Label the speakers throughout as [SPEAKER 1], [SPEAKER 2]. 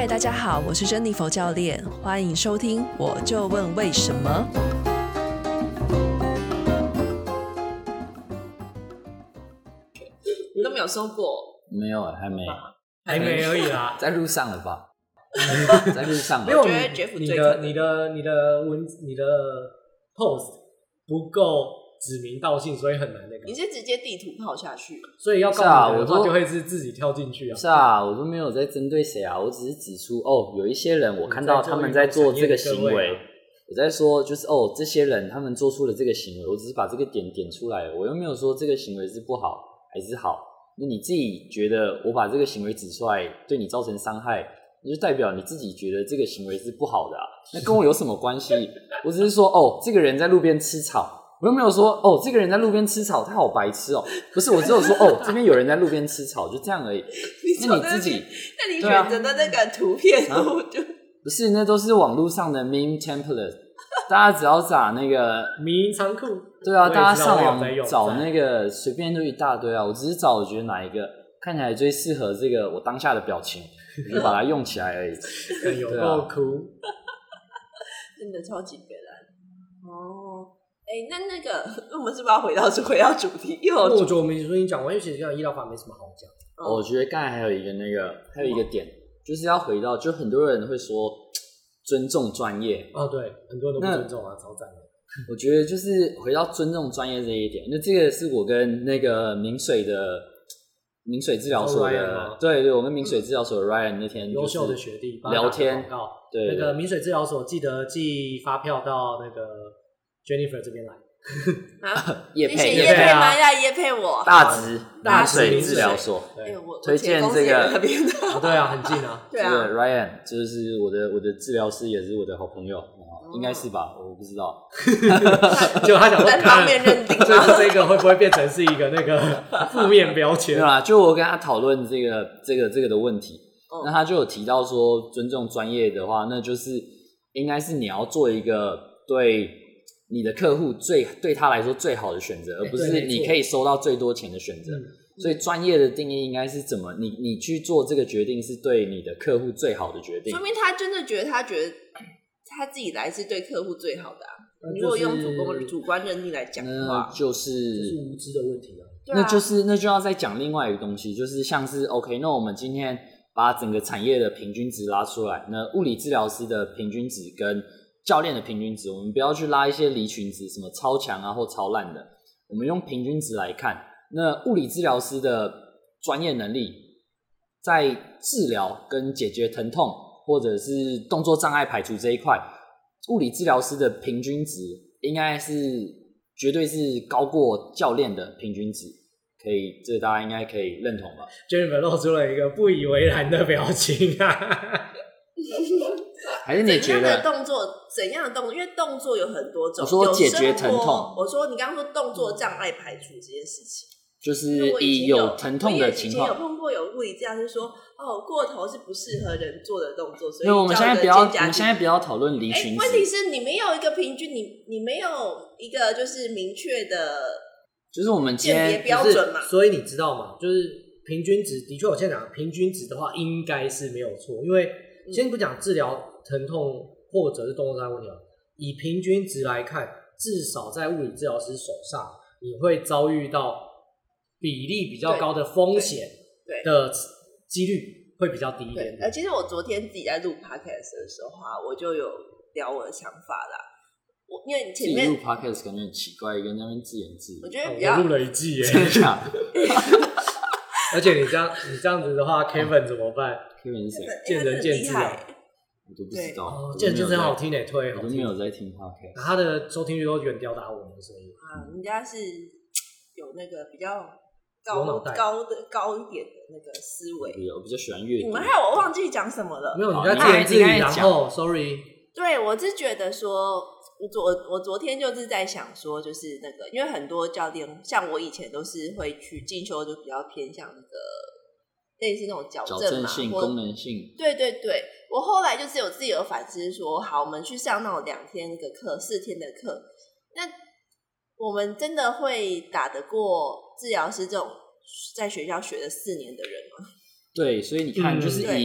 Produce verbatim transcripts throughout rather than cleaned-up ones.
[SPEAKER 1] 嗨，大家好，我是珍妮佛教练，欢迎收听我就问为什么。
[SPEAKER 2] 你都没有收过？
[SPEAKER 3] 没有，还没，
[SPEAKER 4] 还没而已啦，
[SPEAKER 3] 在路上了吧？在路上了。
[SPEAKER 4] 没有，
[SPEAKER 2] 我觉得 Jeff
[SPEAKER 4] 你
[SPEAKER 2] 最
[SPEAKER 4] 的你的你的文你的 post 不够指名道姓，所以很难那个。
[SPEAKER 2] 你是直接地图泡下去，
[SPEAKER 4] 所以要告诉你的话，就会是自己跳进去啊。
[SPEAKER 3] 是啊，我都没有在针对谁啊，我只是指出哦，有一些人我看到他们在做这个行为，我在说就是哦，这些人他们做出了这个行为，我只是把这个点点出来了，我又没有说这个行为是不好还是好。那你自己觉得我把这个行为指出来对你造成伤害，那就代表你自己觉得这个行为是不好的啊，那跟我有什么关系？我只是说哦，这个人在路边吃草，我又没有说哦，这个人在路边吃草他好白痴哦，不是，我只有说哦，这边有人在路边吃草，就这样而已。那你自己，
[SPEAKER 2] 那你选择的那个图片，啊、我就
[SPEAKER 3] 不是，那都是网络上的 meme template， 大家只要找那个
[SPEAKER 4] 迷仓库，
[SPEAKER 3] 对啊，大家上网找那个随便都一大堆啊，我只是找我觉得哪一个看起来最适合这个我当下的表情，我就把它用起来而已。
[SPEAKER 4] 有够酷，
[SPEAKER 2] 真的超级北蓝哦。哎、欸，那那个我们是不是要回到回到主题？因为我
[SPEAKER 4] 觉得我们已经讲完，因为其实这样医疗法没什么好讲。
[SPEAKER 3] 哦、我觉得刚才还有一个那个还有一个点，就是要回到，就很多人会说尊重专业
[SPEAKER 4] 哦，对，很多人都不尊重啊，超赞的。
[SPEAKER 3] 我觉得就是回到尊重专业这一点，那这个是我跟那个明水的明水治疗所的，哦、对对，我跟明水治疗所的 Ryan 那天
[SPEAKER 4] 优秀的学弟
[SPEAKER 3] 聊天，对，
[SPEAKER 4] 那个明水治疗所记得寄发票到那个 Jennifer 这边来。
[SPEAKER 2] 啊，
[SPEAKER 3] 业配
[SPEAKER 2] 业配吗？要业配我
[SPEAKER 3] 大直明水治疗所，
[SPEAKER 2] 欸、我
[SPEAKER 3] 推荐这个，
[SPEAKER 4] 哦、对啊，很近啊。
[SPEAKER 2] 对啊，
[SPEAKER 3] 这个 Ryan 就是我的我的治疗师，也是我的好朋友，哦、应该是吧？我不知道。
[SPEAKER 4] 就他想说，
[SPEAKER 2] 单方面认定吗？
[SPEAKER 4] 这个会不会变成是一个那个负面标签？
[SPEAKER 3] 没有啦，就我跟他讨论这个这个这个的问题，哦、那他就有提到说，尊重专业的话，那就是应该是你要做一个对你的客户最对他来说最好的选择，而不是你可以收到最多钱的选择。嗯、所以专业的定义应该是怎么，你你去做这个决定是对你的客户最好的决定。
[SPEAKER 2] 说明他真的觉得他觉得他自己来是对客户最好的啊。你、就是、如果用主观主观认定来讲的话，
[SPEAKER 3] 那就是
[SPEAKER 4] 就是无知的问题啊。
[SPEAKER 3] 那就是那就要再讲另外一个东西，就是像是 OK， 那我们今天把整个产业的平均值拉出来，那物理治疗师的平均值跟教练的平均值，我们不要去拉一些离群值，什么超强啊或超烂的，我们用平均值来看。那物理治疗师的专业能力，在治疗跟解决疼痛或者是动作障碍排除这一块，物理治疗师的平均值应该是绝对是高过教练的平均值。可以，这大家应该可以认同吧？
[SPEAKER 4] Jennifer 露出了一个不以为然的表情啊。
[SPEAKER 3] 还是你觉得
[SPEAKER 2] 怎样的动作？怎样的动作？因为动作有很多种。
[SPEAKER 3] 我说解决疼痛。
[SPEAKER 2] 我说你刚刚说动作障碍排除这件事情，
[SPEAKER 3] 就是以有疼痛的情况。
[SPEAKER 2] 我以前有碰过有物理治疗师说，哦，过头是不适合人做的动作，所以
[SPEAKER 3] 我们现在不要，我们现在不要讨论离群值。
[SPEAKER 2] 问题是你没有一个平均，你你没有一个就是明确的，
[SPEAKER 3] 就是我们今天
[SPEAKER 2] 标准嘛。
[SPEAKER 4] 所以你知道吗？就是平均值的确，我现在讲平均值的话，应该是没有错，因为先不讲治疗疼痛或者是动作障碍问题，以平均值来看，至少在物理治疗师手上，你会遭遇到比例比较高的风险的几率会比较低一点点。
[SPEAKER 2] 对，其实我昨天自己在录 podcast 的时候啊，我就有聊我的想法啦。我因为前面
[SPEAKER 3] 自己录 podcast 感觉很奇怪，跟那边自言自语。
[SPEAKER 2] 我觉得比较、
[SPEAKER 4] 哦、我录了一季耶，
[SPEAKER 3] 真的假的？
[SPEAKER 4] 而且你这样你这样子的话 ，Kevin 怎么办
[SPEAKER 3] ？Kevin 是谁？
[SPEAKER 4] 见仁见智啊。
[SPEAKER 3] 我都不知道，
[SPEAKER 4] 哦，见仁见智很好听诶，推，
[SPEAKER 3] 我都没有在听 podcast，
[SPEAKER 4] 他的收听率都远吊打我们的声音
[SPEAKER 2] 啊，人家是有那个比较高高的高一点的那个思维。
[SPEAKER 3] 我比较喜欢阅读。
[SPEAKER 2] 你们害我忘记讲什么了？
[SPEAKER 4] 没有，你在自言自语，然后 sorry。
[SPEAKER 2] 对，我是觉得说，我昨我昨天就是在想说，就是那个，因为很多教练，像我以前都是会去进修，就比较偏向那个类似那种矫正嘛，
[SPEAKER 3] 性、功能性。
[SPEAKER 2] 对对对，我后来就是有自己有反思说，好，我们去上那种两天的课、四天的课，那我们真的会打得过治疗师这种在学校学了四年的人吗？
[SPEAKER 3] 对，所以你看，
[SPEAKER 2] 嗯、
[SPEAKER 3] 就是以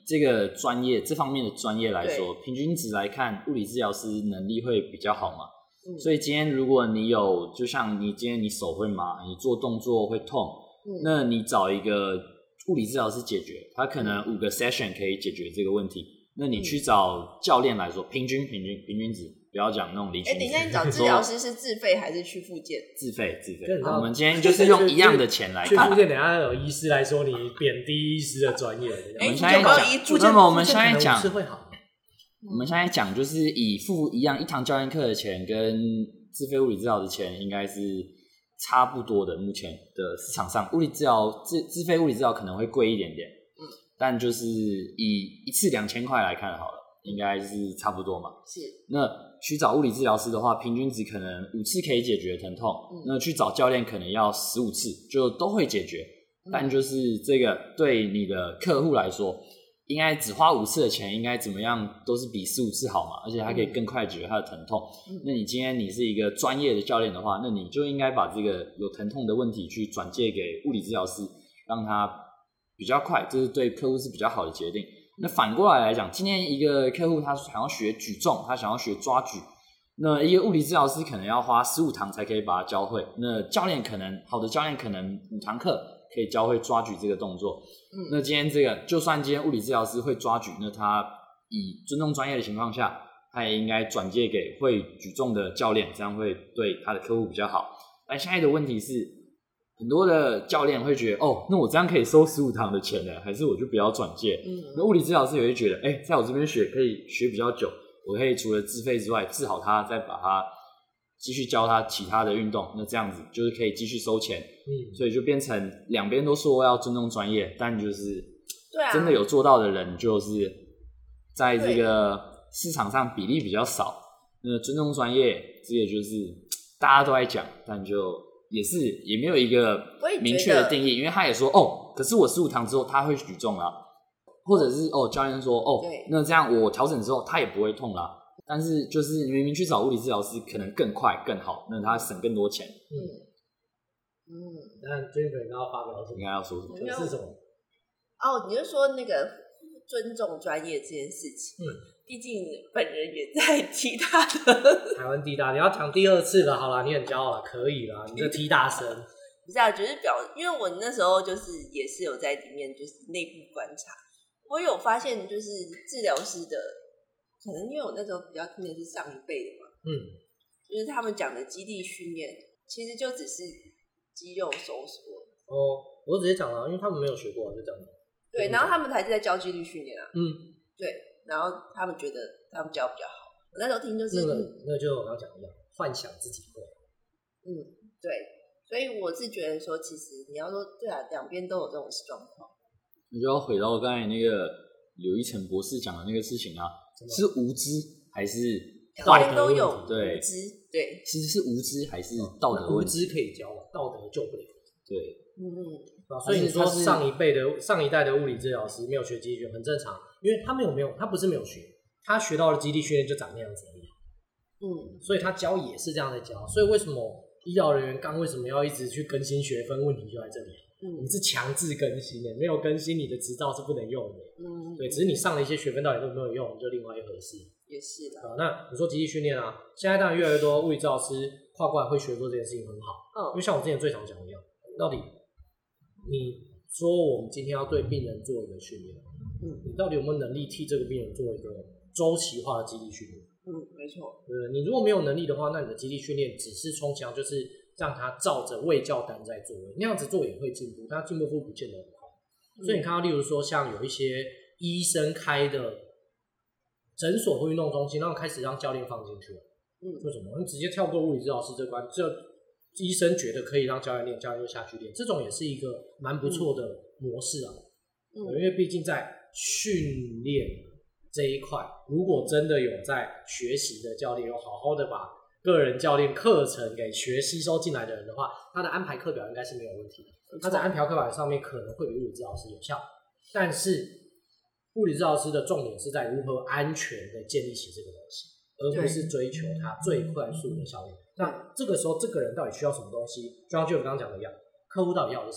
[SPEAKER 3] 这个专业这方面的专业来说，平均值来看，物理治疗师能力会比较好嘛。嗯、所以今天如果你有，就像你今天你手会麻，你做动作会痛，嗯、那你找一个物理治疗师解决，他可能五个 session 可以解决这个问题。那你去找教练来说，平均平均平均值，不要讲那种离群值。
[SPEAKER 2] 哎，等一下，你找治疗师是自费还是去复健？
[SPEAKER 3] 自费自费。我们今天就是用一样的钱来看。
[SPEAKER 4] 去复健，等一下有医师来说你贬低医师的专业。
[SPEAKER 2] 哎，
[SPEAKER 3] 我们现在讲，那么我们现在讲，我们现在讲就是以付一样一堂教练课的钱跟自费物理治疗的钱应该是差不多的。目前的市场上，物理治疗自自费物理治疗可能会贵一点点。但就是以一次两千块来看好了，应该是差不多嘛。
[SPEAKER 2] 是。那
[SPEAKER 3] 去找物理治疗师的话，平均值可能五次可以解决疼痛，嗯、那去找教练可能要十五次，就都会解决。嗯、但就是这个对你的客户来说，应该只花五次的钱，应该怎么样都是比十五次好嘛，而且还可以更快解决他的疼痛。嗯、那你今天你是一个专业的教练的话，那你就应该把这个有疼痛的问题去转介给物理治疗师，让他比较快，这是对客户是比较好的决定。那反过来来讲，今天一个客户他想要学举重，他想要学抓举，那一个物理治疗师可能要花十五堂才可以把它教会。那教练可能好的教练可能五堂课可以教会抓举这个动作。嗯、那今天这个就算今天物理治疗师会抓举，那他以尊重专业的情况下，他也应该转介给会举重的教练，这样会对他的客户比较好。但现在的问题是，很多的教练会觉得，哦，那我这样可以收十五堂的钱呢，还是我就不要转介？嗯，那物理治疗师也会觉得，哎、欸，在我这边学可以学比较久，我可以除了自费之外治好他，再把他继续教他其他的运动，那这样子就是可以继续收钱。嗯，所以就变成两边都说要尊重专业，但就是对啊，真的有做到的人就是在这个市场上比例比较少。那尊重专业，这个就是大家都在讲，但就也是也没有一个明确的定义，因为他也说哦，可是我十五堂之后他会举重啦，或者是哦教练说哦，那这样我调整之后他也不会痛啦。但是就是明明去找物理治疗师可能更快更好，那他省更多钱。嗯
[SPEAKER 4] 嗯，但 Jennifer 应该要发表什么？
[SPEAKER 3] 应该要说什么？
[SPEAKER 4] 可是什么？
[SPEAKER 2] 哦，你就说那个尊重专业这件事情。嗯，毕竟本人也在踢他的
[SPEAKER 4] 台湾踢大，你要讲第二次了，好啦，你很骄傲了，可以啦，你这踢大声。
[SPEAKER 2] 不是啊，就是表，因为我那时候就是也是有在里面就是内部观察，我有发现就是治疗师的，可能因为我那时候比较听的是上一辈的嘛，嗯，就是他们讲的肌力训练，其实就只是肌肉收缩。哦，
[SPEAKER 4] 我直接讲了，因为他们没有学过，就这样。
[SPEAKER 2] 对，然后他们还是在教肌力训练啊。嗯，对，然后他们觉得他们教比较好。我那时候听就是，
[SPEAKER 4] 那个，那就我刚刚讲一样，幻想自己会。
[SPEAKER 2] 嗯，对，所以我是觉得说，其实你要说，对啊，两边都有这种状况。
[SPEAKER 3] 你就要回到刚才那个刘一成博士讲的那个事情啊，是无知还是
[SPEAKER 2] 道德都有？
[SPEAKER 3] 对，
[SPEAKER 2] 无知，对，
[SPEAKER 3] 其实是无知还是道德问题？
[SPEAKER 4] 无知可以教嘛，道德救不了。
[SPEAKER 3] 对，
[SPEAKER 2] 嗯，
[SPEAKER 4] 所以你说上一辈的上一代的物理治疗师没有学肌力训练很正常，因为他没有没有，他不是没有学，他学到的肌力训练就长那样子而已。嗯，所以他教也是这样在教，所以为什么医疗人员刚为什么要一直去更新学分？问题就在这里。嗯，你是强制更新的，没有更新你的执照是不能用的。嗯，对，只是你上了一些学分到底有没有用，就另外一回事。
[SPEAKER 2] 也是的。
[SPEAKER 4] 啊，那你说肌力训练啊，现在当然越来越多物理治疗师跨过来会学做这件事情很好。嗯，因为像我之前最常讲一样，到底你说我们今天要对病人做一个训练，嗯，你到底有没有能力替这个病人做一个周期化的肌力训练？
[SPEAKER 2] 嗯，没错。
[SPEAKER 4] 对，你如果没有能力的话，那你的肌力训练只是充其量就是让他照着卫教单在做，那样子做也会进步，但进步会不见得很快。嗯、所以你看到，例如说像有一些医生开的诊所或运动中心，然后开始让教练放进去了。嗯，为什么？你直接跳过物理治疗师这关，这医生觉得可以让教练练，教练就下去练，这种也是一个蛮不错的模式啊。嗯，因为毕竟在训练这一块，如果真的有在学习的教练，有好好的把个人教练课程给学吸收进来的人的话，他的安排课表应该是没有问题的。他在安排课表上面可能会比物理治疗师有效，但是物理治疗师的重点是在如何安全的建立起这个东西，而不是追求它最快速的效应。那这个时候，这个人到底需要什么东西？就像就我刚刚讲的一样，客户到底要的是什么？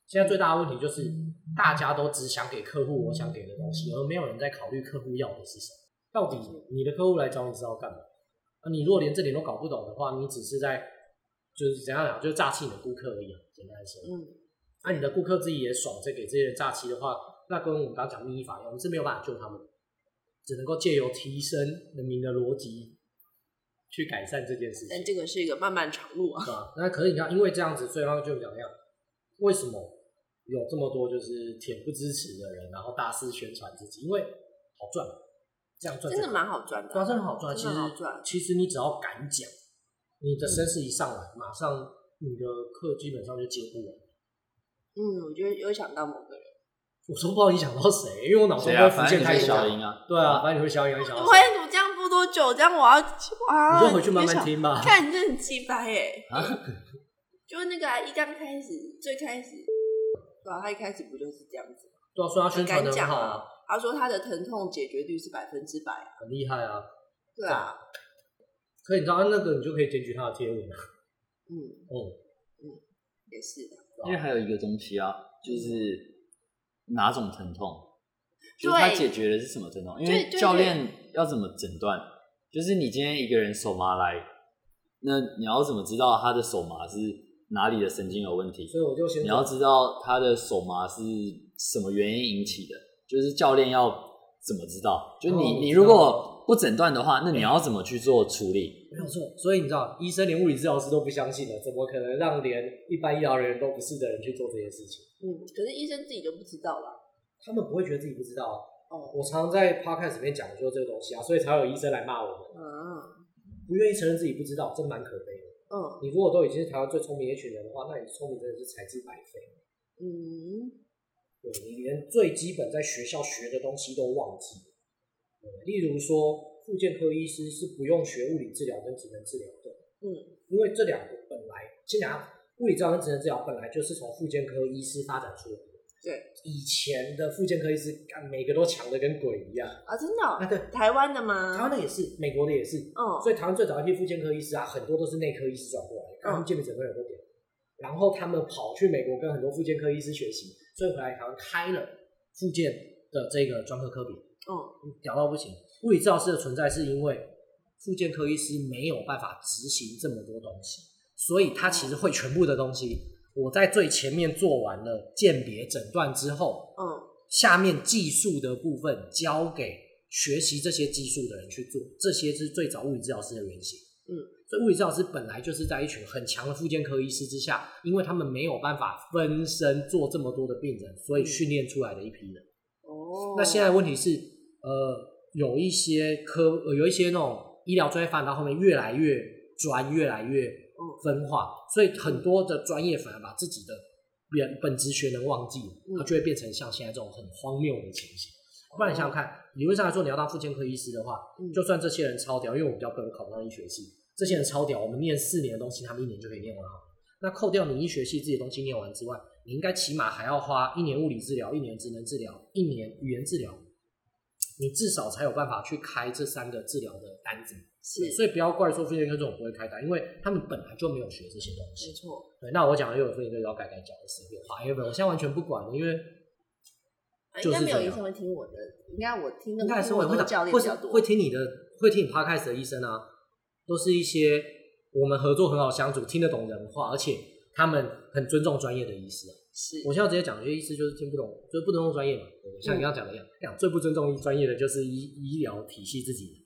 [SPEAKER 4] 现在最大的问题就是大家都只想给客户我想给的东西，而没有人在考虑客户要的是什么。到底你的客户来找你是要干嘛？啊，你如果连这点都搞不懂的话，你只是在就是怎样讲，就是诈欺你的顾客而已啊。简单来说，嗯，那、啊、你的顾客自己也爽着给这些人诈欺的话，那跟我们刚刚讲密法一样，我们是没有办法救他们，只能够借由提升人民的逻辑去改善这件事情。
[SPEAKER 2] 但这个是一个漫漫长路啊。
[SPEAKER 4] 对啊，那可是你看，因为这样子，所以他们就讲那样，为什么有这么多就是恬不知耻的人，然后大肆宣传自己？因为好赚，这样赚
[SPEAKER 2] 真的蛮好赚的、啊，
[SPEAKER 4] 对啊，真的好赚。
[SPEAKER 2] 真的好赚。
[SPEAKER 4] 其实，其实你只要敢讲，你的声势一上来，嗯、马上你的课基本上就接不完。
[SPEAKER 2] 嗯，我觉得有想到某个人。
[SPEAKER 4] 我说不知道你想到谁，因为我脑中跟福建太
[SPEAKER 3] 小音啊，
[SPEAKER 4] 对啊，反正你会小音，你想到谁？
[SPEAKER 2] 我也这样播多久？这样我要哇，
[SPEAKER 4] 你就回去慢慢听吧。
[SPEAKER 2] 看你这很鸡掰哎，就是那个、啊、一刚开始最开始，对啊，他一开始不就是这样子吗？
[SPEAKER 4] 对啊，说他宣传得很好
[SPEAKER 2] 啊，他说他的疼痛解决率是百分之百，
[SPEAKER 4] 很厉害啊。
[SPEAKER 2] 对啊，
[SPEAKER 4] 可以，你知道那个你就可以检举他的贴文了。
[SPEAKER 2] 嗯嗯嗯，也是的。
[SPEAKER 3] 因为还有一个东西啊，就是哪种疼痛，就是他解决的是什么疼痛？因为教练要怎么诊断？就是你今天一个人手麻来，那你要怎么知道他的手麻是哪里的神经有问题？
[SPEAKER 4] 所以我就先
[SPEAKER 3] 你要知道他的手麻是什么原因引起的，就是教练要怎么知道？就你、哦、你如果不诊断的话，那你要怎么去做处理？
[SPEAKER 4] 没有错，所以你知道，医生连物理治疗师都不相信了，怎么可能让连一般医疗人员都不是的人去做这件事情？
[SPEAKER 2] 嗯，可是医生自己就不知道了，
[SPEAKER 4] 他们不会觉得自己不知道啊。
[SPEAKER 2] 哦，
[SPEAKER 4] 我常常在 podcast 里面讲说这个东西啊，所以才有医生来骂我们。嗯，不愿意承认自己不知道，真蛮可悲的。嗯，你如果都已经是台湾最聪明的一群人的话，那你聪明真的是才智百飞。嗯，对，你连最基本在学校学的东西都忘记了。例如说，复健科医师是不用学物理治疗跟职能治疗的。嗯，因为这两个本来，先讲物理治疗跟职能治疗本来就是从复健科医师发展出来的。
[SPEAKER 2] 对，
[SPEAKER 4] 以前的复健科医师，每个都强的跟鬼一样
[SPEAKER 2] 啊！真的、哦？
[SPEAKER 4] 啊，对，
[SPEAKER 2] 台湾的吗？
[SPEAKER 4] 台湾的也是，美国的也是。嗯，所以台湾最早一批复健科医师啊，很多都是内科医师转过来的，他们健美整个有多点。然后他们跑去美国跟很多复健科医师学习，所以回来台湾开了复健的这个专科科别。嗯，屌到不行。物理治疗师的存在是因为复健科医师没有办法执行这么多东西，所以他其实会全部的东西。我在最前面做完了鉴别诊断之后，嗯，下面技术的部分交给学习这些技术的人去做，这些是最早物理治疗师的原型。嗯，所以物理治疗师本来就是在一群很强的复健科医师之下，因为他们没有办法分身做这么多的病人，所以训练出来的一批人。哦，那现在问题是，呃，有一些科，呃、有一些那种医疗专业发展到后面越来越专，越来越分化，所以很多的专业反而把自己的本本质学能忘记了，它就会变成像现在这种很荒谬的情形。不然你想想看，理论上来说，你要当复健科医师的话，就算这些人超屌，因为我比较笨，我考不上医学系，这些人超屌，我们念四年的东西，他们一年就可以念完好。那扣掉你医学系自己的东西念完之外，你应该起码还要花一年物理治疗，一年职能治疗，一年语言治疗，你至少才有办法去开这三个治疗的单子。是，所以不要怪说复健科这种不会开单，因为他们本来就没有学这些东西。
[SPEAKER 2] 没错。对，
[SPEAKER 4] 那我讲的又有复健科要改改脚的时候，好，因为我现在完全不管了，因为
[SPEAKER 2] 应该没有医生会听我的，应该我听的应该是我的教练比较多，
[SPEAKER 4] 会听你的，会听你 podcast 的医生啊，都是一些我们合作很好相处、听得懂人话，而且他们很尊重专业的医师啊。
[SPEAKER 2] 是，
[SPEAKER 4] 我现在直接讲，有些医师就是听不懂，就是不尊重专业嘛。像你刚刚讲的一样，讲、嗯、最不尊重专业的就是医医疗体系自己。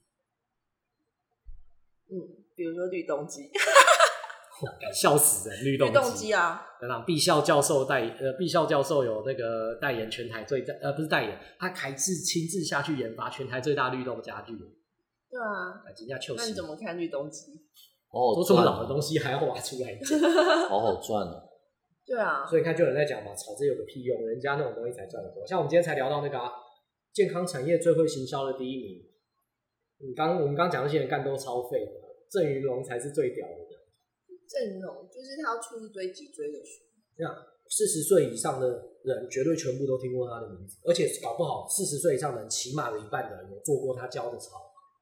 [SPEAKER 2] 嗯，比如说律动机。
[SPEAKER 4] 笑死人！律动机，
[SPEAKER 2] 律动机啊！
[SPEAKER 4] 对吧？毕校教授代呃，毕校教授有那个代言全台最呃不是代言，他还是亲自下去研发全台最大律动家具。
[SPEAKER 2] 对啊，那你怎么看律动机？
[SPEAKER 3] 哦，
[SPEAKER 4] 都这么老的东西还要挖出来讲，
[SPEAKER 3] 好好赚哦。
[SPEAKER 2] 对啊，
[SPEAKER 4] 所以看就有人在讲嘛，炒这有个屁用，人家那种东西才赚得多。像我们今天才聊到那个、啊、健康产业最会行销的第一名，你刚我们刚讲那些人干都超废的，郑云龙才是最屌的。
[SPEAKER 2] 郑云龙就是他要出一堆脊椎的书，
[SPEAKER 4] 这样四十岁以上的人绝对全部都听过他的名字，而且搞不好四十岁以上的人起码有一半的人有做过他教的操，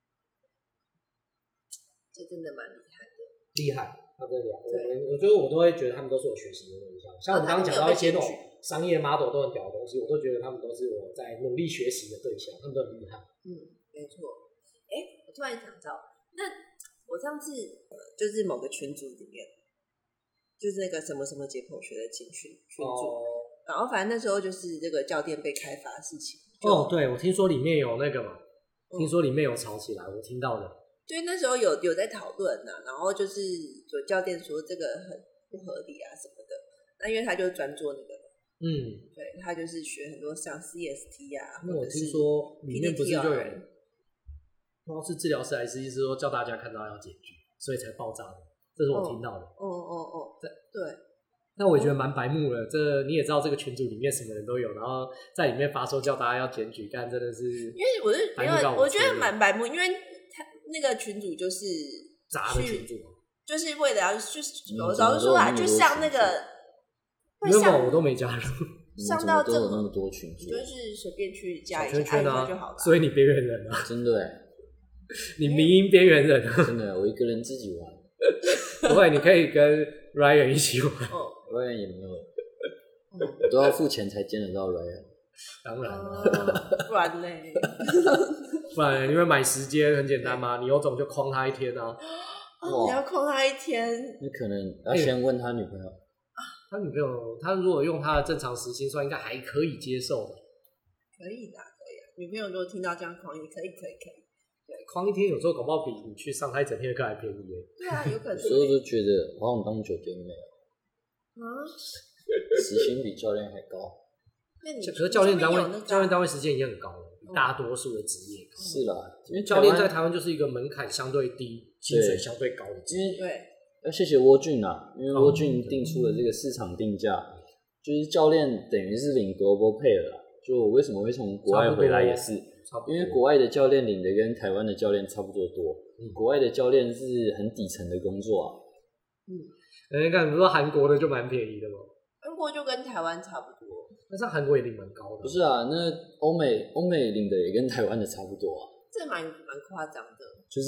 [SPEAKER 2] 这真的蛮厉害的。
[SPEAKER 4] 厉害，他真的厉害。我我觉得我都会觉得他们都是有学习的对象。像我们刚刚讲到一些那种商业 model 都很屌的东西，我都觉得他们都是我在努力学习的对象，他们都很厉害。
[SPEAKER 2] 嗯，没错。哎，我突然想到，那我上次、呃、就是某个群组里面，就是那个什么什么解剖学的群群群组。哦，然后反正那时候就是这个教练被开罚的事情。
[SPEAKER 4] 哦，对，我听说里面有那个嘛，嗯、听说里面有吵起来，我听到的。
[SPEAKER 2] 对，那时候有有在讨论啊，然后就是有教练说这个很不合理啊什么的。那因为他就专做那个，嗯，对，他就是学很多像 C S T 啊，
[SPEAKER 4] 那我听说里面不是就有，不知道是治疗师还是医师说叫大家看到要检举，所以才爆炸的，这是我听到的。
[SPEAKER 2] 哦哦哦，对对。
[SPEAKER 4] 那我也觉得蛮白目的，这你也知道，这个群组里面什么人都有，然后在里面发说叫大家要检举，干真的是，
[SPEAKER 2] 因为我是没有，我觉得蛮白目，因为他那个群组就是
[SPEAKER 4] 杂的群组，
[SPEAKER 2] 就是为了要就是有时候说啊，就像那个。
[SPEAKER 4] 没有，我都没加入。
[SPEAKER 2] 上到这
[SPEAKER 3] 么那么多群组，
[SPEAKER 2] 就是随便去加一
[SPEAKER 4] 下，圈圈啊
[SPEAKER 2] 就好了。
[SPEAKER 4] 所以你边缘人啊，
[SPEAKER 3] 真的哎，
[SPEAKER 4] 你迷因边缘人啊，
[SPEAKER 3] 真的，我一个人自己玩。
[SPEAKER 4] 不会，你可以跟 Ryan 一起玩。
[SPEAKER 2] 哦
[SPEAKER 3] Ryan 也没有，我都要付钱才见得到 Ryan。
[SPEAKER 4] 当然了，
[SPEAKER 2] 不然嘞，
[SPEAKER 4] 不然因为买时间很简单嘛，你有种就诓他一天啊。
[SPEAKER 2] 哦，你要诓他一天，
[SPEAKER 3] 你可能要先问他女朋友。
[SPEAKER 4] 他女朋友，他如果用他的正常时薪算，应该还可以接受的。
[SPEAKER 2] 可以的，可以啊。女朋友如果听到这样诓，也可以，可以，可以。对，
[SPEAKER 4] 诓一天有时候搞不好比你去上他一整天的课还便宜耶。
[SPEAKER 2] 对啊，有可能。
[SPEAKER 3] 所以我就觉得，我好像当酒店妹
[SPEAKER 2] 啊，
[SPEAKER 3] 时薪比教练还高。
[SPEAKER 2] 那你
[SPEAKER 4] 可是教练单位，教练单位时间已经很高了，比大多数的职业高。
[SPEAKER 3] 是啦，
[SPEAKER 4] 因为教练在台湾就是一个门槛相对低、薪水相对高的职业。
[SPEAKER 2] 对。
[SPEAKER 3] 要谢谢沃俊啊，因为沃俊定出了这个市场定价，嗯、就是教练等于是领 global pay 了啦。就我为什么会从国外回来也是，因为国外的教练领的跟台湾的教练差不多多。嗯、国外的教练是很底层的工作啊。
[SPEAKER 4] 嗯，你看，比如说韩国的就蛮便宜的嘛。
[SPEAKER 2] 韩国就跟台湾差不多，
[SPEAKER 4] 那像韩国也领蛮高的。
[SPEAKER 3] 不是啊，那欧美欧美领的也跟台湾的差不多啊。
[SPEAKER 2] 这蛮蛮夸张的。
[SPEAKER 3] 就是。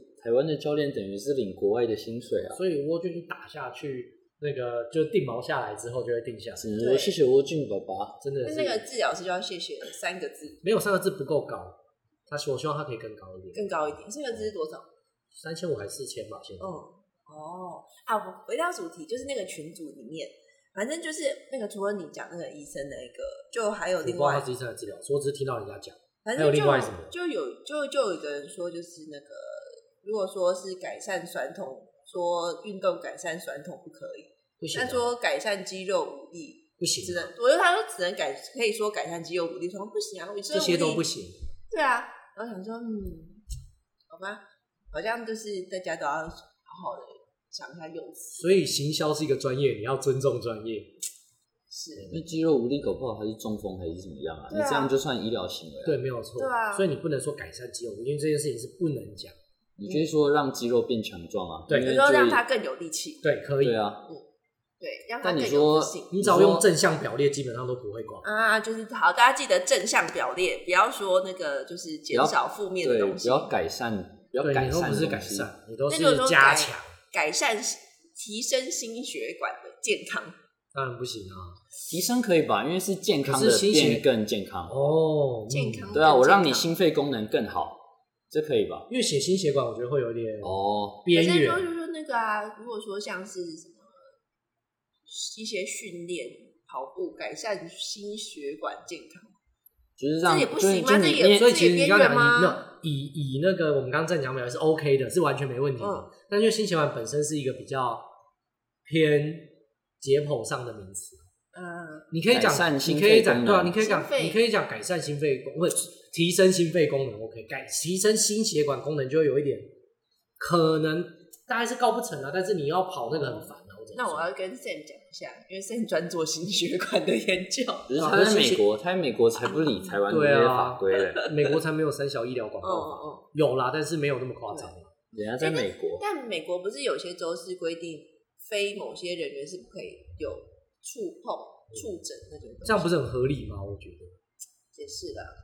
[SPEAKER 3] 台湾的教练等于是领国外的薪水啊，
[SPEAKER 4] 所以沃俊一打下去，那个就定锚下来之后就会定下来。
[SPEAKER 3] 只能说谢谢沃俊爸爸，
[SPEAKER 4] 真的是。
[SPEAKER 2] 那个治疗师就要谢谢三个字，
[SPEAKER 4] 没有三个字不够高，他我希望他可以更高一点，
[SPEAKER 2] 更高一点。三个字是多少？
[SPEAKER 4] 三千五还是四千吧？现在。
[SPEAKER 2] 嗯，哦啊，我回到主题，就是那个群组里面，反正就是那个除了你讲那个医生的一个，就还有另外，
[SPEAKER 4] 我不知道他是医生的治疗，我只是听到人家讲，
[SPEAKER 2] 反正
[SPEAKER 4] 还有另外什么？
[SPEAKER 2] 就有就就有一个人说，就是那个。如果说是改善酸痛，说运动改善酸痛不可以，
[SPEAKER 4] 不行、啊。
[SPEAKER 2] 但说改善肌肉无力
[SPEAKER 4] 不行、啊，
[SPEAKER 2] 只能我觉得他说只能改，可以说改善肌肉无力，说不行啊，
[SPEAKER 4] 这些都不行。
[SPEAKER 2] 对啊，然后想说，嗯，好吧，好像就是大家都要好好的想一下用词。
[SPEAKER 4] 所以行销是一个专业，你要尊重专业。
[SPEAKER 2] 是，
[SPEAKER 3] 因为肌肉无力搞不好还是中风还是怎么样啊？啊你这样就算医疗行为、啊。
[SPEAKER 4] 对，没有错。
[SPEAKER 2] 对啊，
[SPEAKER 4] 所以你不能说改善肌肉无力，因为这件事情是不能讲。
[SPEAKER 3] 你可以说让肌肉变强壮啊，
[SPEAKER 2] 对，比如说让它更有力气，
[SPEAKER 4] 对，可以，
[SPEAKER 3] 对啊，
[SPEAKER 2] 嗯，对，让它更有自信。
[SPEAKER 4] 你只要用正向表列，基本上都不会挂
[SPEAKER 2] 啊。就是好，大家记得正向表列，不要说那个就是减少负面的东西，
[SPEAKER 3] 不要改善，不要改善，
[SPEAKER 4] 不是改善，你都是加强、
[SPEAKER 2] 改善、提升心血管的健康。
[SPEAKER 4] 当然不行啊，
[SPEAKER 3] 提升可以吧？因为是健康的变更健康
[SPEAKER 4] 哦，
[SPEAKER 2] 健康
[SPEAKER 3] 对啊，我让你心肺功能更好。这可以吧？
[SPEAKER 4] 因为写心血管，我觉得会有点
[SPEAKER 3] 哦
[SPEAKER 4] 边缘。
[SPEAKER 2] 可是就是那个啊，如果说像是什么一些训练、跑步，改善心血管健康，
[SPEAKER 3] 就是让
[SPEAKER 2] 这也不行吗？这
[SPEAKER 4] 也所以其实你刚刚
[SPEAKER 2] 讲，
[SPEAKER 4] 没有以以那个我们刚刚正讲表是 OK 的，是完全没问题的。嗯、但因为心血管本身是一个比较偏解剖上的名词。
[SPEAKER 2] 嗯，
[SPEAKER 4] 你可以讲，你可以讲，对啊，你可以讲，你可以讲改善心肺功，不提升心肺功能 ，OK， 改提升心血管功能就会有一点可能大概是告不成啊，但是你要跑那个很烦啊。
[SPEAKER 2] 那我要跟 Sam 讲一下，因为 Sam 专做心血管的研究。
[SPEAKER 3] 可是他在美国，他在美国才不理台湾这些法规嘞、
[SPEAKER 4] 啊，美国才没有三小医疗广告法，哦哦有啦，但是没有那么夸张。
[SPEAKER 3] 人家在美国，
[SPEAKER 2] 但美国不是有些州是规定非某些人员是不可以有触碰、触诊那种，
[SPEAKER 4] 这样不是很合理吗？我觉得
[SPEAKER 2] 也是啦。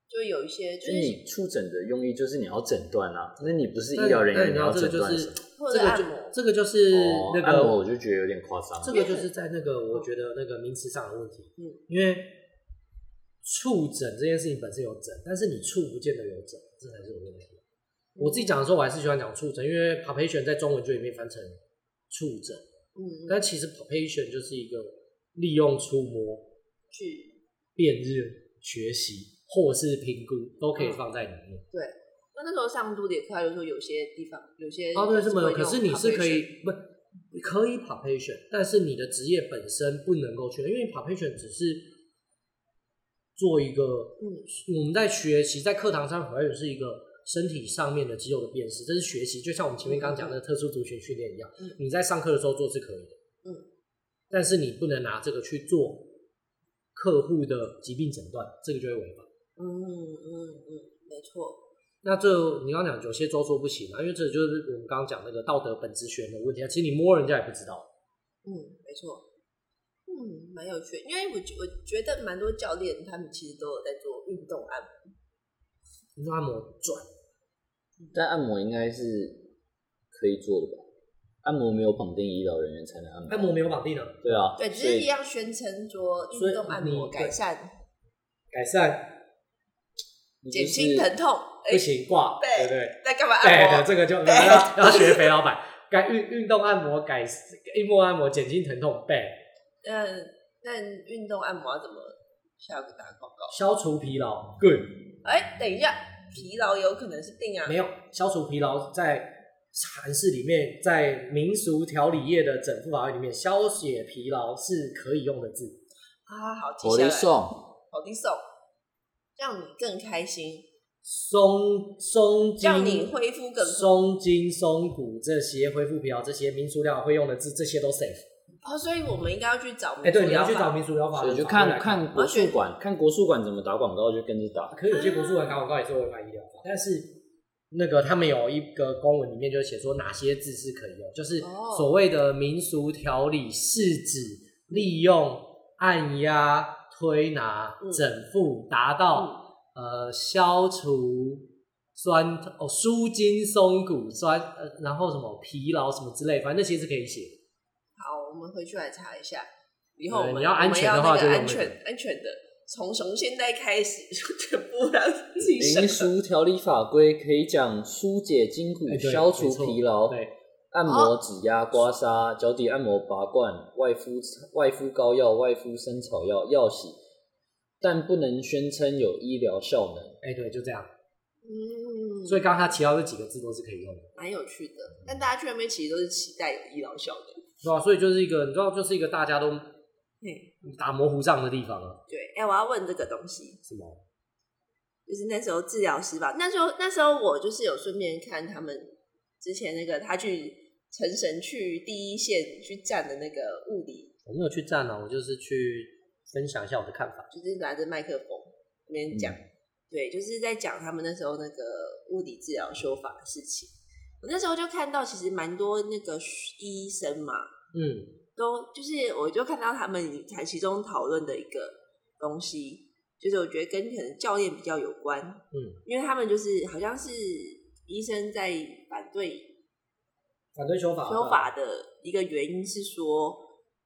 [SPEAKER 2] 就有一些就是
[SPEAKER 3] 你触诊的用意就是你要诊断啊，那你不是医疗人员，你要诊断什么？
[SPEAKER 2] 或者按摩，
[SPEAKER 4] 这个就是那个、
[SPEAKER 3] 哦、按摩，我就觉得有点夸张。
[SPEAKER 4] 这个就是在那个我觉得那个名词上的问题，
[SPEAKER 2] 嗯，
[SPEAKER 4] 因为触诊这件事情本身有诊，但是你触不见得有诊，这才是有问题。我自己讲的时候，我还是喜欢讲触诊，因为 palpation 在中文就里面翻成触诊，
[SPEAKER 2] 嗯，
[SPEAKER 4] 但其实 palpation 就是一个利用触摸
[SPEAKER 2] 去
[SPEAKER 4] 辨认、学习或是评估都可以放在里面。
[SPEAKER 2] 嗯、对，那那时候上度理课，就说有些地方有些
[SPEAKER 4] 哦，对，是没有，可是你是可以
[SPEAKER 2] palpation
[SPEAKER 4] 不可以 palpation， 但是你的职业本身不能够确认，因为 palpation 只是做一个，嗯，我们在学习在课堂上 palpation 是一个身体上面的肌肉的辨识，这是学习，就像我们前面刚刚讲的特殊族群训练一样，嗯，你在上课的时候做是可以的，嗯，但是你不能拿这个去做客户的疾病诊断，这个就会违法。
[SPEAKER 2] 嗯嗯嗯，没错。
[SPEAKER 4] 那这你刚刚讲有些州说不行啊，因为这就是我们刚刚讲那个道德本质学的问题啊。其实你摸人家也不知道。
[SPEAKER 2] 嗯，没错。嗯，蛮有趣的，因为我我觉得蛮多教练他们其实都有在做运动按摩。
[SPEAKER 4] 运动按摩转，
[SPEAKER 3] 但按摩应该是可以做的吧？按摩没有绑定医疗人员才能按摩。
[SPEAKER 4] 按摩没有绑定啊。
[SPEAKER 3] 对啊。
[SPEAKER 2] 对，只是一样宣称说运动按摩改善
[SPEAKER 4] 改善。
[SPEAKER 2] 减轻疼痛，
[SPEAKER 4] 不行挂，对
[SPEAKER 2] 对
[SPEAKER 4] 对，
[SPEAKER 2] 在干嘛按摩？
[SPEAKER 4] 对的，这个就要要学肥老板，改运运动按摩改运动按摩减轻疼痛，背。
[SPEAKER 2] 那那运动按摩要怎么下个打广告？
[SPEAKER 4] 消除疲劳 ，good。
[SPEAKER 2] 哎，等一下，疲劳有可能是病啊？
[SPEAKER 4] 没有，消除疲劳在韩式里面，在民俗调理业的整复法里面，消解疲劳是可以用的字
[SPEAKER 2] 啊。好，记下来。
[SPEAKER 3] 好的送，
[SPEAKER 2] 好的送。让你更开心，
[SPEAKER 4] 松松筋，
[SPEAKER 2] 让你恢复更
[SPEAKER 4] 松筋松骨这些恢复疲劳这些民俗疗法会用的字，这些都 safe。
[SPEAKER 2] 哦，所以我们应该要去找民俗疗法。
[SPEAKER 4] 哎、欸，对，你要去找民俗疗法，
[SPEAKER 3] 所以就看看国术馆，看国术馆怎么打广告就跟着打。
[SPEAKER 4] 可是有些国术馆打广告也是违反医疗法，但是那个他们有一个公文里面就写说哪些字是可以用，就是所谓的民俗调理是指利用按压。推拿、整复，达到、嗯、呃消除酸哦舒筋松骨酸呃然后什么疲劳什么之类，反正那些是可以写的。
[SPEAKER 2] 好，我们回去来查一下。以后我们
[SPEAKER 4] 你要安全的话就
[SPEAKER 2] 用安全安全的，从从现在开始全部让自己省。
[SPEAKER 3] 民俗调理法规可以讲疏解筋骨、欸、消除疲劳。
[SPEAKER 4] 对。
[SPEAKER 3] 按摩、指压、刮痧、脚底按摩、拔罐、外敷外敷膏药、外敷生草药、药洗，但不能宣称有医疗效能。
[SPEAKER 4] 哎、欸，对，就这样。
[SPEAKER 2] 嗯，
[SPEAKER 4] 所以刚刚他提到这几个字都是可以用的，
[SPEAKER 2] 蛮有趣的。但大家去那边其实都是期待有医疗效能，
[SPEAKER 4] 对吧、啊？所以就是一个，你知道，就是一个大家都打模糊仗的地方啊。
[SPEAKER 2] 对，哎、欸，我要问这个东西，
[SPEAKER 4] 什么？
[SPEAKER 2] 就是那时候治疗师吧，那时候那时候我就是有顺便看他们之前那个他去。陈神去第一线去站的那个物理，
[SPEAKER 4] 我没有去站啊，我就是去分享一下我的看法，
[SPEAKER 2] 就是拿着麦克风那边讲、嗯，对，就是在讲他们那时候那个物理治疗修法的事情。我那时候就看到，其实蛮多那个医生嘛，嗯，都就是我就看到他们才其中讨论的一个东西，就是我觉得跟可能教练比较有关，嗯，因为他们就是好像是医生在反对。
[SPEAKER 4] 反对修法
[SPEAKER 2] 修法的一个原因是说，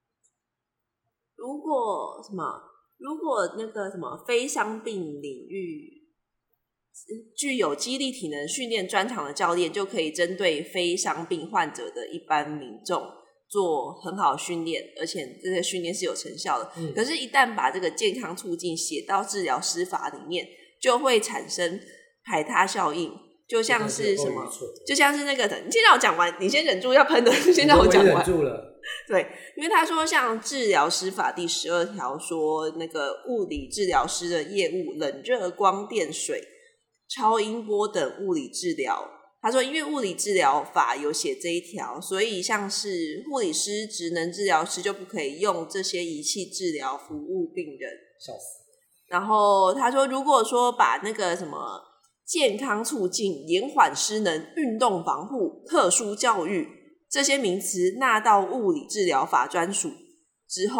[SPEAKER 2] 如果什么，如果那个什么非伤病领域具有肌力体能训练专长的教练，就可以针对非伤病患者的一般民众做很好训练，而且这个训练是有成效的。嗯、可是，一旦把这个健康促进写到治疗师法里面，就会产生排他效应。就像是什么，就像是那个，你先让我讲完，你先忍住要喷的，先让我讲完。
[SPEAKER 4] 我忍住了。
[SPEAKER 2] 对，因为他说像治疗师法第十二条说，那个物理治疗师的业务，冷热光电水、超音波等物理治疗。他说，因为物理治疗法有写这一条，所以像是护理师、职能治疗师就不可以用这些仪器治疗服务病人。
[SPEAKER 4] 笑死。
[SPEAKER 2] 然后他说，如果说把那个什么健康促进、延缓失能、运动防护、特殊教育这些名词纳到物理治疗法专属之后，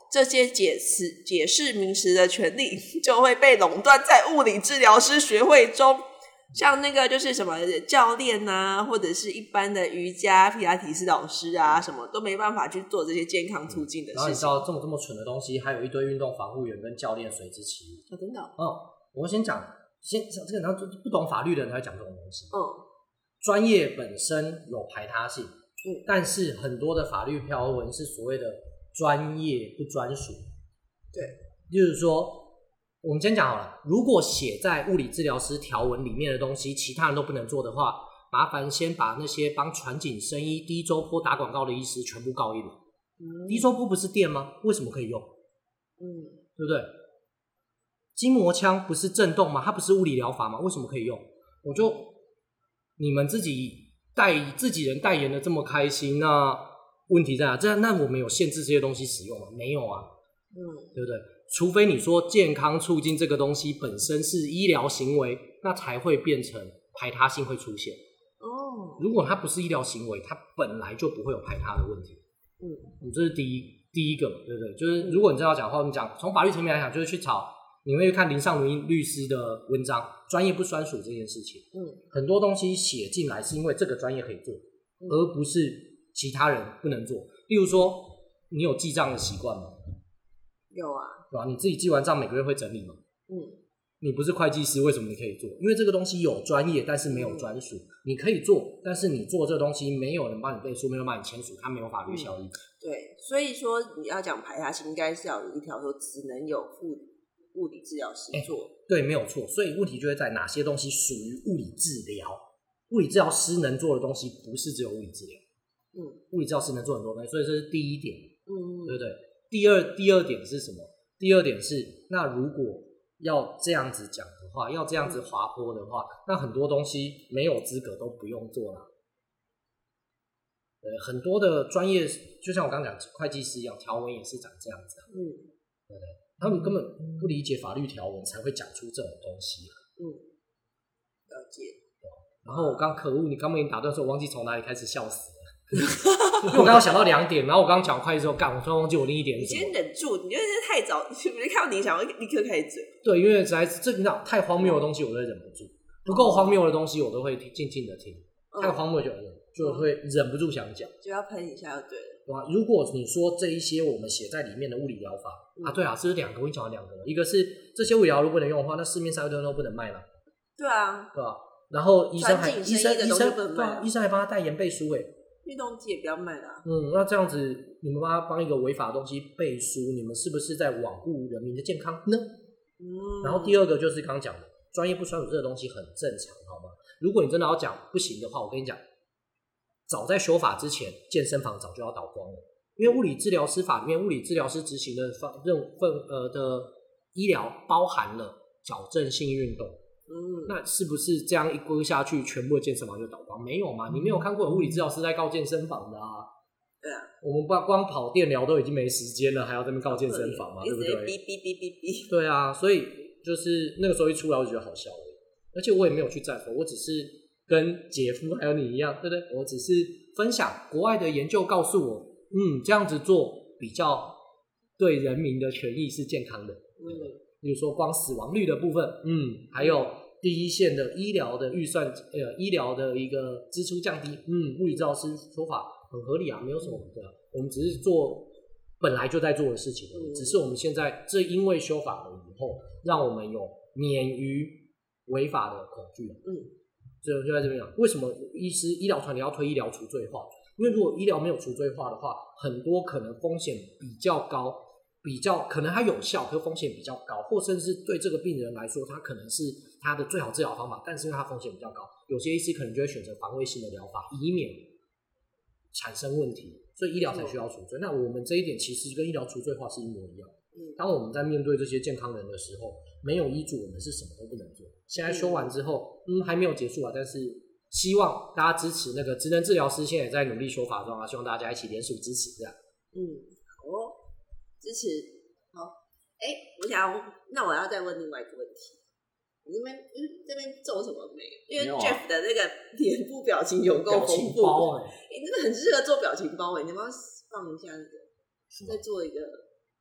[SPEAKER 2] 这些解释解释名词的权利就会被垄断在物理治疗师学会中。像那个就是什么教练啊，或者是一般的瑜伽、皮拉提斯老师啊，什么都没办法去做这些健康促进的事情。
[SPEAKER 4] 然后你知道这么这么蠢的东西，还有一堆运动防护员跟教练随之起舞。
[SPEAKER 2] 哦，真的哦。
[SPEAKER 4] 嗯，我先讲，先这个，然后不懂法律的人才会讲这种东西。
[SPEAKER 2] 嗯，
[SPEAKER 4] 专业本身有排他性，
[SPEAKER 2] 嗯，
[SPEAKER 4] 但是很多的法律条文是所谓的专业不专属。
[SPEAKER 2] 对，
[SPEAKER 4] 就是说。我们先讲好了，如果写在物理治疗师条文里面的东西，其他人都不能做的话，麻烦先把那些帮传景生医低周波打广告的医师全部告一轮。嗯，低周波不是电吗？为什么可以用？嗯，对不对？筋膜枪不是震动吗？它不是物理疗法吗？为什么可以用？我就你们自己代自己人代言的这么开心，那问题在哪？这样那我们有限制这些东西使用吗？没有啊。嗯，对不对？除非你说健康促进这个东西本身是医疗行为，那才会变成排他性会出现。哦，如果它不是医疗行为，它本来就不会有排他的问题。嗯，这是第一第一个，对不对？就是如果你真的要讲的话，我们讲从法律层面来讲，就是去找你会去看林尚伦律师的文章，专业不专属这件事情。嗯，很多东西写进来是因为这个专业可以做，嗯，而不是其他人不能做。例如说，你有记账的习惯吗？
[SPEAKER 2] 有啊，
[SPEAKER 4] 对吧？你自己记完账每个月会整理吗？嗯，你不是会计师，为什么你可以做？因为这个东西有专业，但是没有专属。嗯，你可以做，但是你做这个东西没有人帮你背书，没有人帮你签署，它没有法律效力。嗯，
[SPEAKER 2] 对，所以说你要讲排他性，应该是要有一条说只能有物物理治疗师做。欸，
[SPEAKER 4] 对，没有错。所以问题就会在哪些东西属于物理治疗，物理治疗师能做的东西不是只有物理治疗。嗯，物理治疗师能做很多东西，所以这是第一点。嗯，对不对？第二第二点是什么？第二点是，那如果要这样子讲的话，要这样子滑坡的话，那很多东西没有资格都不用做了。呃，很多的专业，就像我刚刚讲会计师一样，条文也是长这样子。嗯，对不对？他们根本不理解法律条文，才会讲出这种东西。
[SPEAKER 2] 嗯，了解。
[SPEAKER 4] 然后我刚可恶，你刚被你打断说，我忘记从哪里开始笑死了。因为我刚刚想到两点，然后我刚刚讲快之后，干，我突然忘记我另一点是什么。
[SPEAKER 2] 你先忍住，你就是太早，你就看到你想要立刻开始嘴。
[SPEAKER 4] 对，因为实在这你知道太荒谬的东西，我都会忍不住；不够荒谬的东西，我都会静静的听。嗯，太荒谬就就会忍不住想讲，
[SPEAKER 2] 就要喷一下就对了。
[SPEAKER 4] 对吧？如果你说这一些我们写在里面的物理疗法，嗯，啊，对啊，这是两个，我跟你讲了两个，一个是这些物理疗如果不能用的话，那市面上一堆都不能卖了。
[SPEAKER 2] 对啊，
[SPEAKER 4] 对吧？然后医生还医生医生
[SPEAKER 2] 对啊，
[SPEAKER 4] 医生还帮他代言背书哎。
[SPEAKER 2] 运动机也不要卖啦。
[SPEAKER 4] 嗯，那这样子，你们帮他帮一个违法的东西背书，你们是不是在罔顾人民的健康呢？嗯。然后第二个就是刚刚讲的，专业不专属这个东西很正常，好吗？如果你真的要讲不行的话，我跟你讲，早在修法之前，健身房早就要倒光了，因为物理治疗师法里面，物理治疗师执行的方任份呃的医疗包含了矫正性运动。嗯，那是不是这样一归下去，全部的健身房就倒光？没有嘛？你没有看过有物理治疗师在告健身房的啊？对啊，我们光光跑电疗都已经没时间了，还要在那边告健身房嘛？对不对？
[SPEAKER 2] 哔哔哔哔哔。
[SPEAKER 4] 对啊，所以就是那个时候一出来，我就觉得好笑而已。而且我也没有去在乎，我只是跟姐夫还有你一样，对不对？我只是分享国外的研究告诉我，嗯，这样子做比较对人民的权益是健康的。嗯。比如说光死亡率的部分，嗯，还有第一线的医疗的预算，呃，医疗的一个支出降低，嗯，物理治疗师说法很合理啊，没有什么的，我们只是做本来就在做的事情而已，嗯，只是我们现在这因为修法了以后，让我们有免于违法的恐惧，嗯，所以就在这边讲，为什么医师医疗团体要推医疗除罪化？因为如果医疗没有除罪化的话，很多可能风险比较高。比较可能它有效，可是风险比较高，或甚至对这个病人来说，它可能是他的最好治疗方法，但是因为它风险比较高，有些医师可能就会选择防卫性的疗法，以免产生问题，所以医疗才需要除罪。嗯，那我们这一点其实跟医疗除罪化是一模一样。嗯，当我们在面对这些健康人的时候，没有医嘱，我们是什么都不能做。现在修完之后，嗯，还没有结束啊，但是希望大家支持那个职能治疗师，现在也在努力修法中啊，希望大家一起联署支持这样。
[SPEAKER 2] 嗯，好哦。支持好，哎、欸，我想要，那我要再问另外一个问题，你这边因为这边皱什么眉？因为 Jeff 的那个脸部表情有够丰富，哎、欸，你真的很适合做表情包哎、欸，你要不要放一下那个，再做一个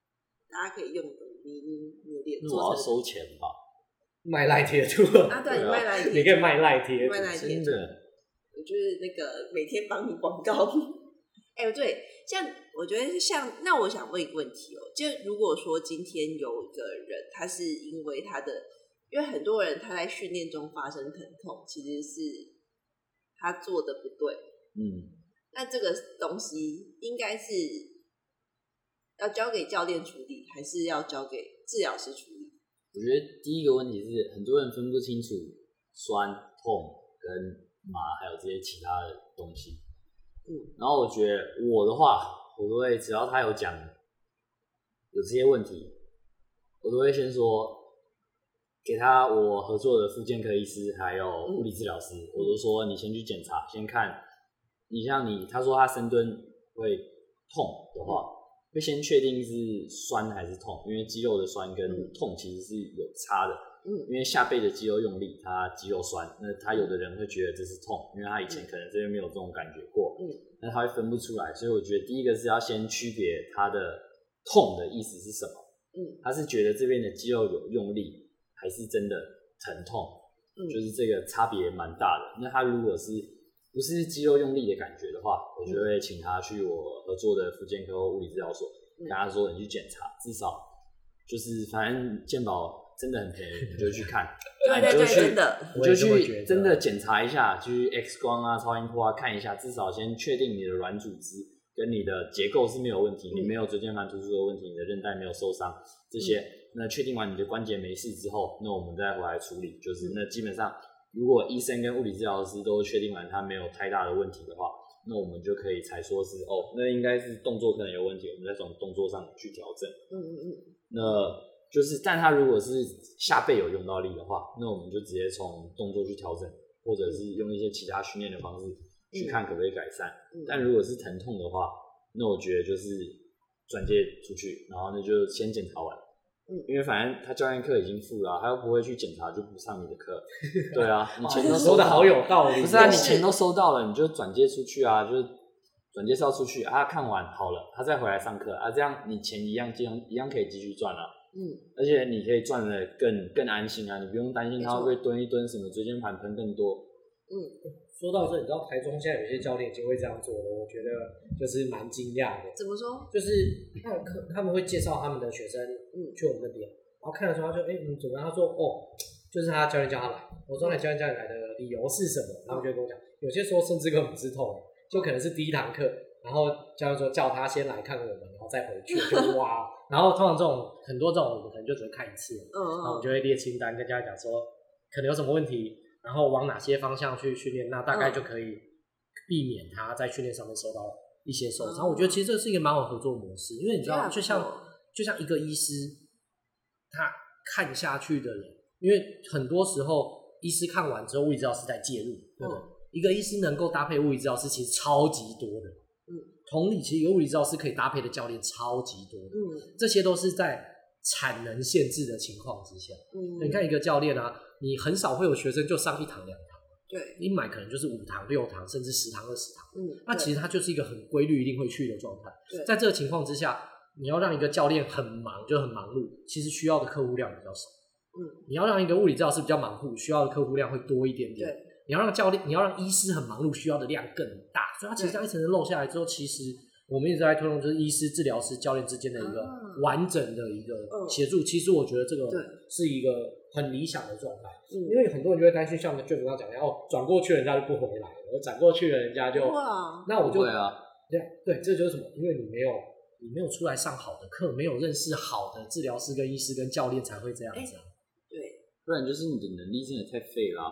[SPEAKER 2] 大家可以用的迷你你的脸
[SPEAKER 3] 那
[SPEAKER 2] 做成。
[SPEAKER 3] 我要收钱吧？
[SPEAKER 4] 卖赖贴图
[SPEAKER 2] 啊，对，你卖赖贴，
[SPEAKER 4] 你可以卖赖贴图，
[SPEAKER 2] 卖赖贴图，我就是那个每天帮你广告。哎、欸，对，像我觉得像那我想问一个问题哦，就如果说今天有一个人，他是因为他的，因为很多人他在训练中发生疼痛，其实是他做的不对，
[SPEAKER 3] 嗯，
[SPEAKER 2] 那这个东西应该是要交给教练处理，还是要交给治疗师处理？
[SPEAKER 3] 我觉得第一个问题是很多人分不清楚酸、痛跟麻还有这些其他的东西。嗯，然后我觉得我的话，我都会只要他有讲有这些问题，我都会先说给他我合作的复健科医师还有物理治疗师，嗯、我都说你先去检查，先看你像你他说他深蹲会痛的话，嗯、会先确定是酸还是痛，因为肌肉的酸跟痛其实是有差的。嗯，因为下背的肌肉用力，他肌肉酸，那他有的人会觉得这是痛，因为他以前可能这边没有这种感觉过，嗯，那他会分不出来，所以我觉得第一个是要先区别他的痛的意思是什么，嗯，他是觉得这边的肌肉有用力，还是真的疼痛，嗯，就是这个差别蛮大的。那他如果是不是肌肉用力的感觉的话，我就会请他去我合作的复健科或物理治疗所，嗯，跟他说你去检查，至少就是反正健保真的很便宜，你就去看。
[SPEAKER 2] 对对对，真的，
[SPEAKER 3] 你就去真的检查一下，去 X 光啊、超音波啊看一下，至少先确定你的软组织跟你的结构是没有问题，嗯、你没有椎间盘突出的问题，你的韧带没有受伤，这些，嗯、那确定完你的关节没事之后，那我们再回来处理。就是那基本上，如果医生跟物理治疗师都确定完他没有太大的问题的话，那我们就可以才说是哦，那应该是动作可能有问题，我们再从动作上去调整。嗯嗯嗯，那。就是，但他如果是下背有用到力的话，那我们就直接从动作去调整，或者是用一些其他训练的方式去看可不可以改善。嗯、但如果是疼痛的话，那我觉得就是转介出去，然后那就先检查完。嗯，因为反正他教练课已经付了、啊，他又不会去检查，就不上你的课。对啊，你钱都收
[SPEAKER 4] 的好有道理。
[SPEAKER 3] 不是啊，你钱都收到了，你就转介出去啊，就是转介绍出去啊，看完好了，他再回来上课啊，这样你钱一样，一样可以继续赚啊。嗯，而且你可以赚得更更安心啊，你不用担心他会不会蹲一蹲什么椎间盘喷更多。
[SPEAKER 4] 嗯，说到这，你知道台中现在有些教练已经会这样做了，我觉得就是蛮惊讶的。
[SPEAKER 2] 怎么说？
[SPEAKER 4] 就是他们他们会介绍他们的学生，嗯，去我们那边，然后看的时候他就哎，你怎么样？他说哦，就是他教练叫他来。我说你教练叫你来的理由是什么？然后就跟我讲，有些时候甚至根本不是痛，就可能是第一堂课。然后教练说叫他先来看我们，然后再回去，就哇！然后通常这种很多这种我们可能就只会看一次，嗯，然后我们就会列清单跟教练讲说可能有什么问题，然后往哪些方向去训练，那大概就可以避免他在训练上面受到一些受伤。嗯、我觉得其实这是一个蛮好合作模式，因为你知道，就像就像一个医师他看下去的人，因为很多时候医师看完之后，物理治疗师在介入，对不对？嗯、一个医师能够搭配物理治疗师，其实超级多的。嗯，同理，其实有物理治疗师可以搭配的教练超级多的，嗯，这些都是在产能限制的情况之下，嗯，你看一个教练啊，你很少会有学生就上一堂两堂，
[SPEAKER 2] 对，
[SPEAKER 4] 你买可能就是五堂、六堂，甚至十堂、二十堂，嗯，那其实他就是一个很规律、一定会去的状态。在这个情况之下，你要让一个教练很忙，就很忙碌，其实需要的客户量比较少，嗯，你要让一个物理治疗师比较忙碌，需要的客户量会多一点点，对。你要让教练，你要让医师很忙碌，需要的量更大，所以他其实这样一层层漏下来之后，其实我们一直在推动就是医师、治疗师、教练之间的一个完整的一个协助。嗯、其实我觉得这个是一个很理想的状态，嗯、因为很多人就会担心，像Jeff刚刚讲的，哦，转过去人家就不回来了，我转过去了人家就，哇，那我就
[SPEAKER 3] 对啊，
[SPEAKER 4] 对对，这就是什么？因为你没有你没有出来上好的课，没有认识好的治疗师、跟医师、跟教练，才会这样子、啊。
[SPEAKER 2] 对，
[SPEAKER 3] 不然就是你的能力真的太废了、啊。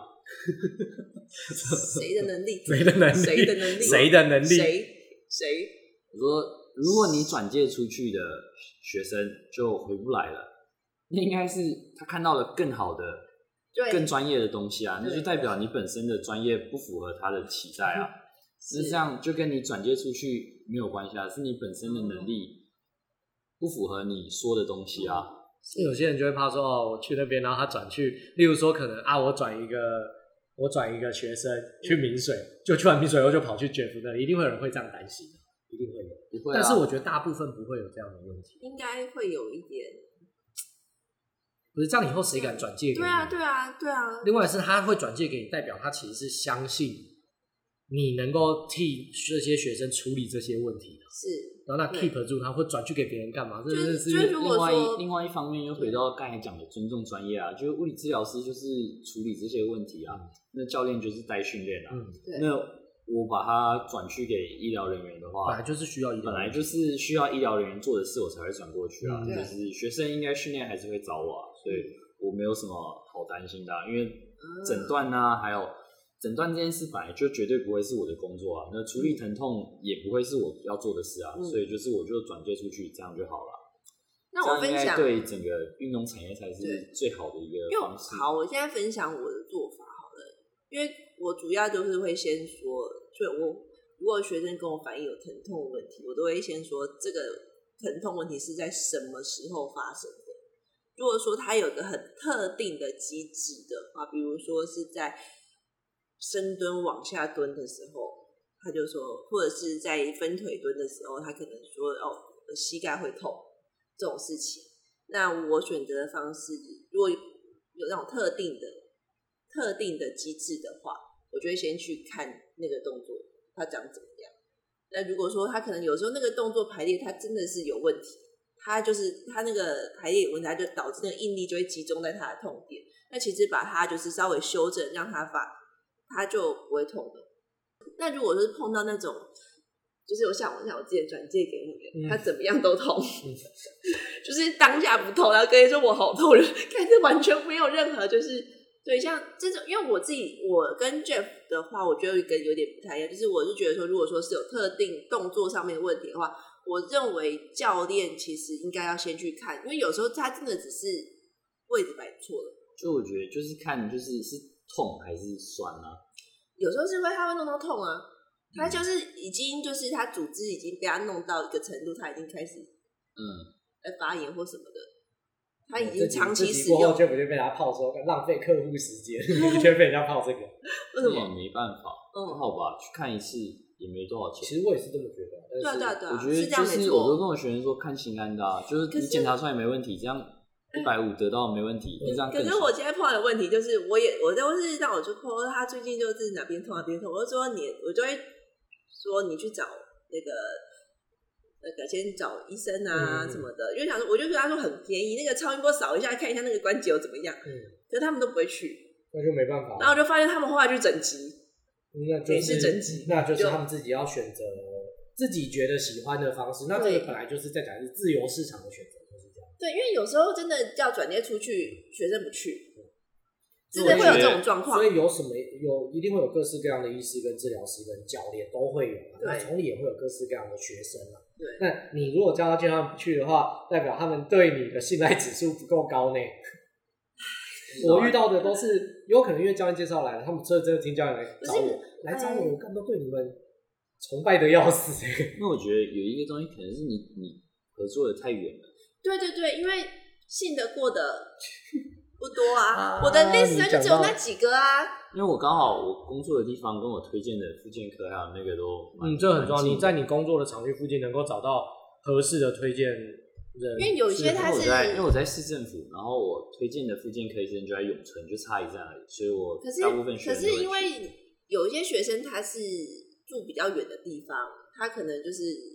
[SPEAKER 2] 谁的能力？
[SPEAKER 4] 谁的能力？
[SPEAKER 2] 谁的能力？
[SPEAKER 4] 谁的能力？
[SPEAKER 2] 谁谁？
[SPEAKER 3] 我说，如果你转介出去的学生就回不来了，那应该是他看到了更好的、更专业的东西啊，那就代表你本身的专业不符合他的期待啊。是这样，就跟你转介出去没有关系啊，是你本身的能力不符合你说的东西啊。
[SPEAKER 4] 有些人就会怕说，哦，我去那边，然后他转去，例如说可能啊，我转一个。我转一个学生去明水，就去完明水后就跑去Jeff那里，一定会有人会这样担心的。 一定会有，
[SPEAKER 3] 不会、啊。
[SPEAKER 4] 但是我觉得大部分不会有这样的问题，
[SPEAKER 2] 应该会有一点。
[SPEAKER 4] 不是这样以后谁敢转借给你？
[SPEAKER 2] 对啊，对啊，对啊。
[SPEAKER 4] 另外是他会转借给你，代表他其实是相信你能够替这些学生处理这些问题的。
[SPEAKER 2] 是。
[SPEAKER 4] 然后那 keep 住他会转去给别人干嘛？这
[SPEAKER 2] 就是
[SPEAKER 4] 是
[SPEAKER 2] 就是如果
[SPEAKER 3] 另外
[SPEAKER 2] 说
[SPEAKER 3] 一另外一方面又回到刚才讲的尊重专业啊，就是物理治疗师就是处理这些问题啊，嗯、那教练就是带训练啊。
[SPEAKER 4] 嗯，
[SPEAKER 2] 对。
[SPEAKER 3] 那我把它转去给医疗人员的话，
[SPEAKER 4] 本来就是需要医疗人员，
[SPEAKER 3] 本来就是需要医疗人员做的事，我才会转过去啊。
[SPEAKER 4] 嗯、
[SPEAKER 3] 就是学生应该训练还是会找我、啊，所以我没有什么好担心的、啊，因为诊断啊，还有。诊断这件事本来就绝对不会是我的工作啊，那处理疼痛也不会是我要做的事啊，嗯、所以就是我就转介出去，这样就好了。
[SPEAKER 2] 那我分享
[SPEAKER 3] 对整个运动产业才是最好的一个方式。
[SPEAKER 2] 好，我现在分享我的做法好了，因为我主要就是会先说，就我如果学生跟我反映有疼痛问题，我都会先说这个疼痛问题是在什么时候发生的。如果说它有个很特定的机制的话，比如说是在深蹲往下蹲的时候，他就说，或者是在分腿蹲的时候，他可能说哦，膝盖会痛这种事情。那我选择的方式，如果有那种特定的特定的机制的话，我就会先去看那个动作它长怎么样。那如果说他可能有时候那个动作排列它真的是有问题，它就是它那个排列有问题，它就导致那个应力就会集中在它的痛点。那其实把它就是稍微修正，让它发它就不会痛的。那如果是碰到那种，就是我像我像我之前转借给你的，它、嗯、怎么样都痛，嗯、就是当下不痛，然后跟你说我好痛，看这完全没有任何就是对像这种，因为我自己我跟 Jeff 的话，我觉得跟有点不太一样，就是我是觉得说，如果说是有特定动作上面的问题的话，我认为教练其实应该要先去看，因为有时候他真的只是位置摆错了。
[SPEAKER 3] 就我觉得就是看就是是痛还是酸啊，
[SPEAKER 2] 有时候是会他会弄到痛啊，他就是已经就是他组织已经被他弄到一个程度，他已经开始嗯在发炎或什么的，他已经长期使用，
[SPEAKER 4] 过后就不就被他泡说浪费客户时间，你却被人家泡这个，
[SPEAKER 2] 为什么？
[SPEAKER 3] 也没办法，嗯，好吧，去看一次也没多少钱。
[SPEAKER 4] 其实我也是这么觉得，
[SPEAKER 2] 对啊对啊对啊，
[SPEAKER 3] 我觉得就是我都跟我学生说看心安的、啊，就是你检查出来没问题，这样。一百五得到没问题，这样更
[SPEAKER 2] 可是我现在碰到的问题就是，我也我都是让我就说他最近就是哪边痛哪边痛，我就说你，我就会说你去找那个那个先找医生啊什么的，因为想说我就跟他说很便宜，那个超音波扫一下看一下那个关节有怎么样，嗯，可是他们都不会去，
[SPEAKER 4] 那就没办法。
[SPEAKER 2] 然后我就发现他们后来去整脊，
[SPEAKER 4] 那就是
[SPEAKER 2] 是整脊，
[SPEAKER 4] 那就是他们自己要选择自己觉得喜欢的方式，那这个本来就是在讲是自由市场的选择。
[SPEAKER 2] 对，因为有时候真的要转接出去，学生不去，真的会有这种状况。
[SPEAKER 4] 所以有什么有一定会有各式各样的医师、跟治疗师、跟教练都会有，那从里也会有各式各样的学生嘛。
[SPEAKER 2] 对，
[SPEAKER 4] 那你如果叫他叫他们不去的话，代表他们对你的信赖指数不够高呢。我遇到的都是有可能因为教练介绍来了，他们真的真的听教练来找我，来找我，我干都对你们崇拜的要死。
[SPEAKER 3] 那我觉得有一个东西可能是你你合作的太远了。
[SPEAKER 2] 对对对，因为信得过的不多啊，我的 list 就只有那几个啊。
[SPEAKER 3] 因为我刚好我工作的地方跟我推荐的复健科还有那个都，
[SPEAKER 4] 嗯，这很重要。你在你工作的场域附近能够找到合适的推荐人，
[SPEAKER 2] 因为有些他是，
[SPEAKER 3] 因为我在市政府，然后我推荐的复健科医生就在永春，就差一站而已，所以我大部分学生
[SPEAKER 2] 可是可是因为有一些学生他是住比较远的地方，他可能就是。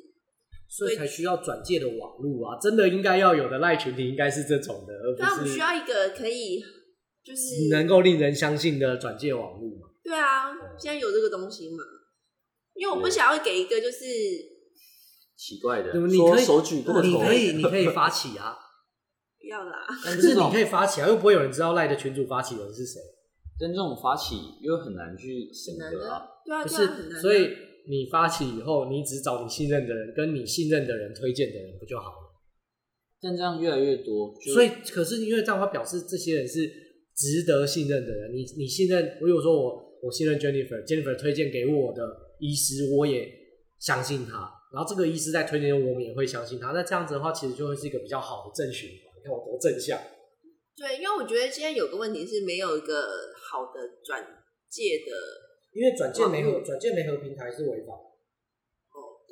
[SPEAKER 4] 所以才需要转介的网路啊，真的应该要有的赖群体应该是这种的，而不是。
[SPEAKER 2] 那我们需要一个可以就是
[SPEAKER 4] 能够令人相信的转介网路嘛？
[SPEAKER 2] 对啊，现在有这个东西嘛？因为我不想要给一个就是
[SPEAKER 3] 奇怪的，
[SPEAKER 4] 你可以
[SPEAKER 3] 手举过头，
[SPEAKER 4] 你可以你可以发起啊，
[SPEAKER 2] 不要啦，
[SPEAKER 4] 但是你可以发起啊，又不会有人知道赖的群主发起人是谁。
[SPEAKER 3] 但这种发起又很难去审核啊，
[SPEAKER 2] 对啊，
[SPEAKER 4] 不
[SPEAKER 2] 是很难，
[SPEAKER 4] 所以。你发起以后，你只找你信任的人，跟你信任的人推荐的人不就好了？
[SPEAKER 3] 但这样越来越多，
[SPEAKER 4] 所以可是因为这样的话，表示这些人是值得信任的人。你你信任，如果说我我信任 Jennifer，Jennifer 推荐给我的医师，我也相信他，然后这个医师在推荐我们也会相信他。那这样子的话，其实就会是一个比较好的正循环。你看我多正向。
[SPEAKER 2] 对，因为我觉得现在有个问题是没有一个好的转介的。
[SPEAKER 4] 因为转介媒合转介媒合平台是违法，
[SPEAKER 2] 哦，对，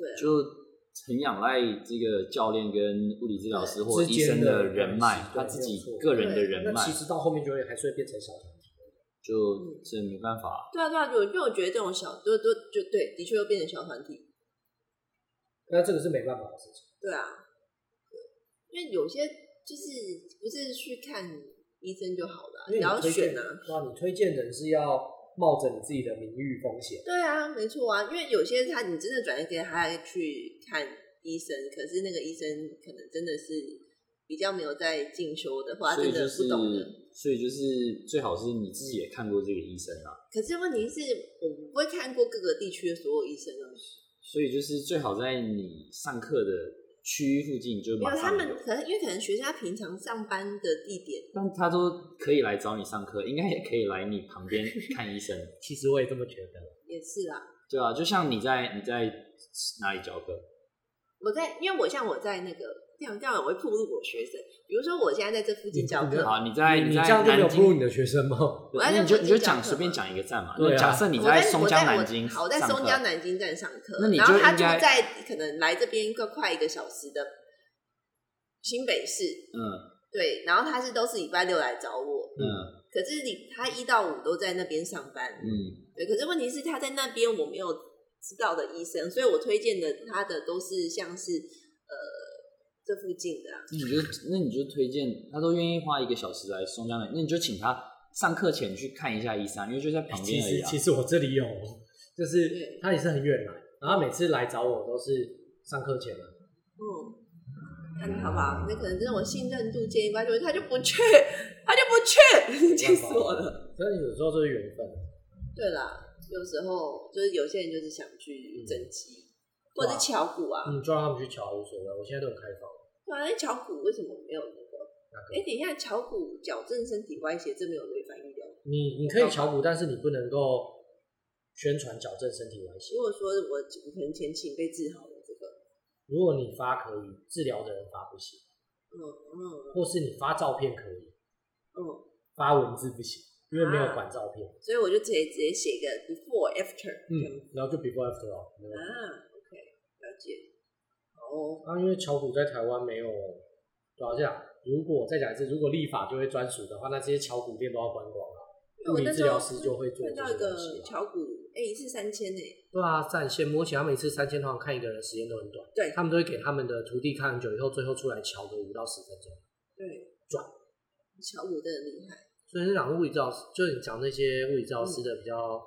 [SPEAKER 2] 对、啊，
[SPEAKER 3] 就很仰赖这个教练跟物理治疗师或医生的人脉，他自己个人的人脉。
[SPEAKER 4] 那其实到后面就会还是会变成小团体，
[SPEAKER 3] 就这没办法。
[SPEAKER 2] 对啊，对啊，就就我觉得这种小，就就就对，的确又变成小团体。
[SPEAKER 4] 那这个是没办法的事情。
[SPEAKER 2] 对啊，对，因为有些就是不是去看医生就好了，你要选啊。
[SPEAKER 4] 对啊，你推荐人是要冒着你自己的名誉风险。
[SPEAKER 2] 对啊，没错啊，因为有些他你真的转给他去看医生，可是那个医生可能真的是比较没有在进修的话，真的不懂的。
[SPEAKER 3] 所以就是最好是你自己也看过这个医生啊。
[SPEAKER 2] 可是问题是我不会看过各个地区的所有医生啊。
[SPEAKER 3] 所以就是最好在你上课的区域附近就马上有。
[SPEAKER 2] 他们可能因为可能学生他平常上班的地点，
[SPEAKER 3] 但他都可以来找你上课，应该也可以来你旁边看医生。
[SPEAKER 4] 其实我也这么觉得。
[SPEAKER 2] 也是啦。
[SPEAKER 3] 对啊，就像你在你在哪里教课？
[SPEAKER 2] 我在，因为我像我在那个这样这样，我会暴露我学生。比如说我现在在这附近教课，
[SPEAKER 3] 好，你在
[SPEAKER 4] 你
[SPEAKER 3] 在
[SPEAKER 4] 这样就没有暴露你的学生吗？
[SPEAKER 2] 我在
[SPEAKER 3] 你就你就讲随便讲一个站嘛。
[SPEAKER 4] 对啊，
[SPEAKER 3] 假设你在松江南京，
[SPEAKER 2] 好，我在松江南京站上课，
[SPEAKER 3] 那你就
[SPEAKER 2] 然后他就在可能来这边快快一个小时的新北市，
[SPEAKER 3] 嗯，
[SPEAKER 2] 对，然后他是都是礼拜六来找我，
[SPEAKER 3] 嗯，
[SPEAKER 2] 可是你他一到五都在那边上班，
[SPEAKER 3] 嗯，
[SPEAKER 2] 对，可是问题是他在那边我没有知道的医生，所以我推荐的他的都是像是呃这附近的啊。
[SPEAKER 3] 那你就那你就推荐他都愿意花一个小时来松江南，那你就请他上课前去看一下医生，因为就在旁边而已啊。
[SPEAKER 4] 其实其实我这里有，就是他也是很远来，然后每次来找我都是上课前的。
[SPEAKER 2] 嗯。嗯，好吧，那可能真的我信任度建议关系，他就不去，他就不去，气死我了。
[SPEAKER 4] 所以有时候就是缘分。
[SPEAKER 2] 对啦，有时候就是有些人就是想去整肌、嗯、或者是敲骨啊，
[SPEAKER 4] 嗯，就让他们去敲无所谓，我现在都很开放。
[SPEAKER 2] 对啊，那敲骨为什么没有那个？哎、欸，等一下，敲骨矫正身体歪斜，这没有违反医疗。
[SPEAKER 4] 你你可以敲骨，但是你不能够宣传矫正身体歪斜。
[SPEAKER 2] 如果说我可能前期被治好了这个。
[SPEAKER 4] 如果你发可以，治疗的人发不行。
[SPEAKER 2] 嗯嗯。
[SPEAKER 4] 或是你发照片可以。
[SPEAKER 2] 嗯。
[SPEAKER 4] 发文字不行，因为没有管照片。啊、
[SPEAKER 2] 所以我就直接直接写个 before after。
[SPEAKER 4] 嗯。然后就 before after 啊。
[SPEAKER 2] 啊 ，OK， 了解。哦。
[SPEAKER 4] 啊，因为敲骨在台湾没有，对啊，这样。如果再讲一次，如果立法就会专属的话，那这些敲骨店都要关光了。物理治疗师就会做这些东西。看到一个
[SPEAKER 2] 敲骨，哎、欸，一次三千呢。
[SPEAKER 4] 对啊，这很羡慕，而且他们一次三千，通常看一个人时间都很短。
[SPEAKER 2] 对，
[SPEAKER 4] 他们都会给他们的徒弟看很久以后，最后出来敲个五到十分钟。
[SPEAKER 2] 对，
[SPEAKER 4] 转。
[SPEAKER 2] 敲骨真的厉害。
[SPEAKER 4] 所以是讲物理治疗师，就是你讲那些物理治疗师的比较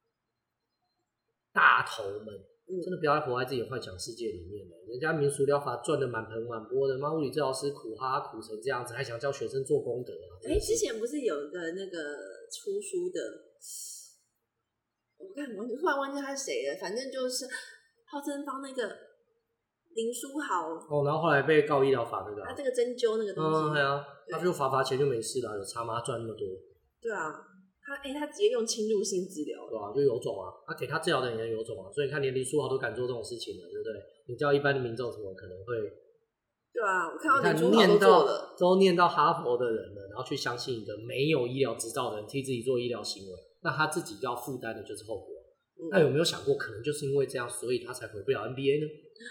[SPEAKER 4] 大头们。嗯、真的不要活在自己的幻想世界里面了。人家民俗疗法赚得满盆满钵的，妈物理治疗师苦哈苦成这样子，还想叫学生做功德啊？
[SPEAKER 2] 哎、欸，之前不是有一个那个出书的，我看我突然忘记他是谁了，反正就是号称帮那个林书豪
[SPEAKER 4] 哦，然后后来被告医疗法对吧？
[SPEAKER 2] 他这个针灸那个东西，
[SPEAKER 4] 嗯，对啊，他就罚罚钱就没事了，有差吗？他赚那么多？
[SPEAKER 2] 对啊。他哎、欸，他直接用侵入性治疗，
[SPEAKER 4] 对啊，就有种啊，他给他治疗的人也有种啊，所以你看连林书豪都敢做这种事情了，对不对？你叫一般的民众怎么可能会？
[SPEAKER 2] 对啊，我看到林书豪
[SPEAKER 4] 都
[SPEAKER 2] 做了，
[SPEAKER 4] 都念到哈佛的人了，然后去相信一个没有医疗执照的人替自己做医疗行为，那他自己要负担的就是后果。嗯、那有没有想过，可能就是因为这样，所以他才回不了 N B A 呢？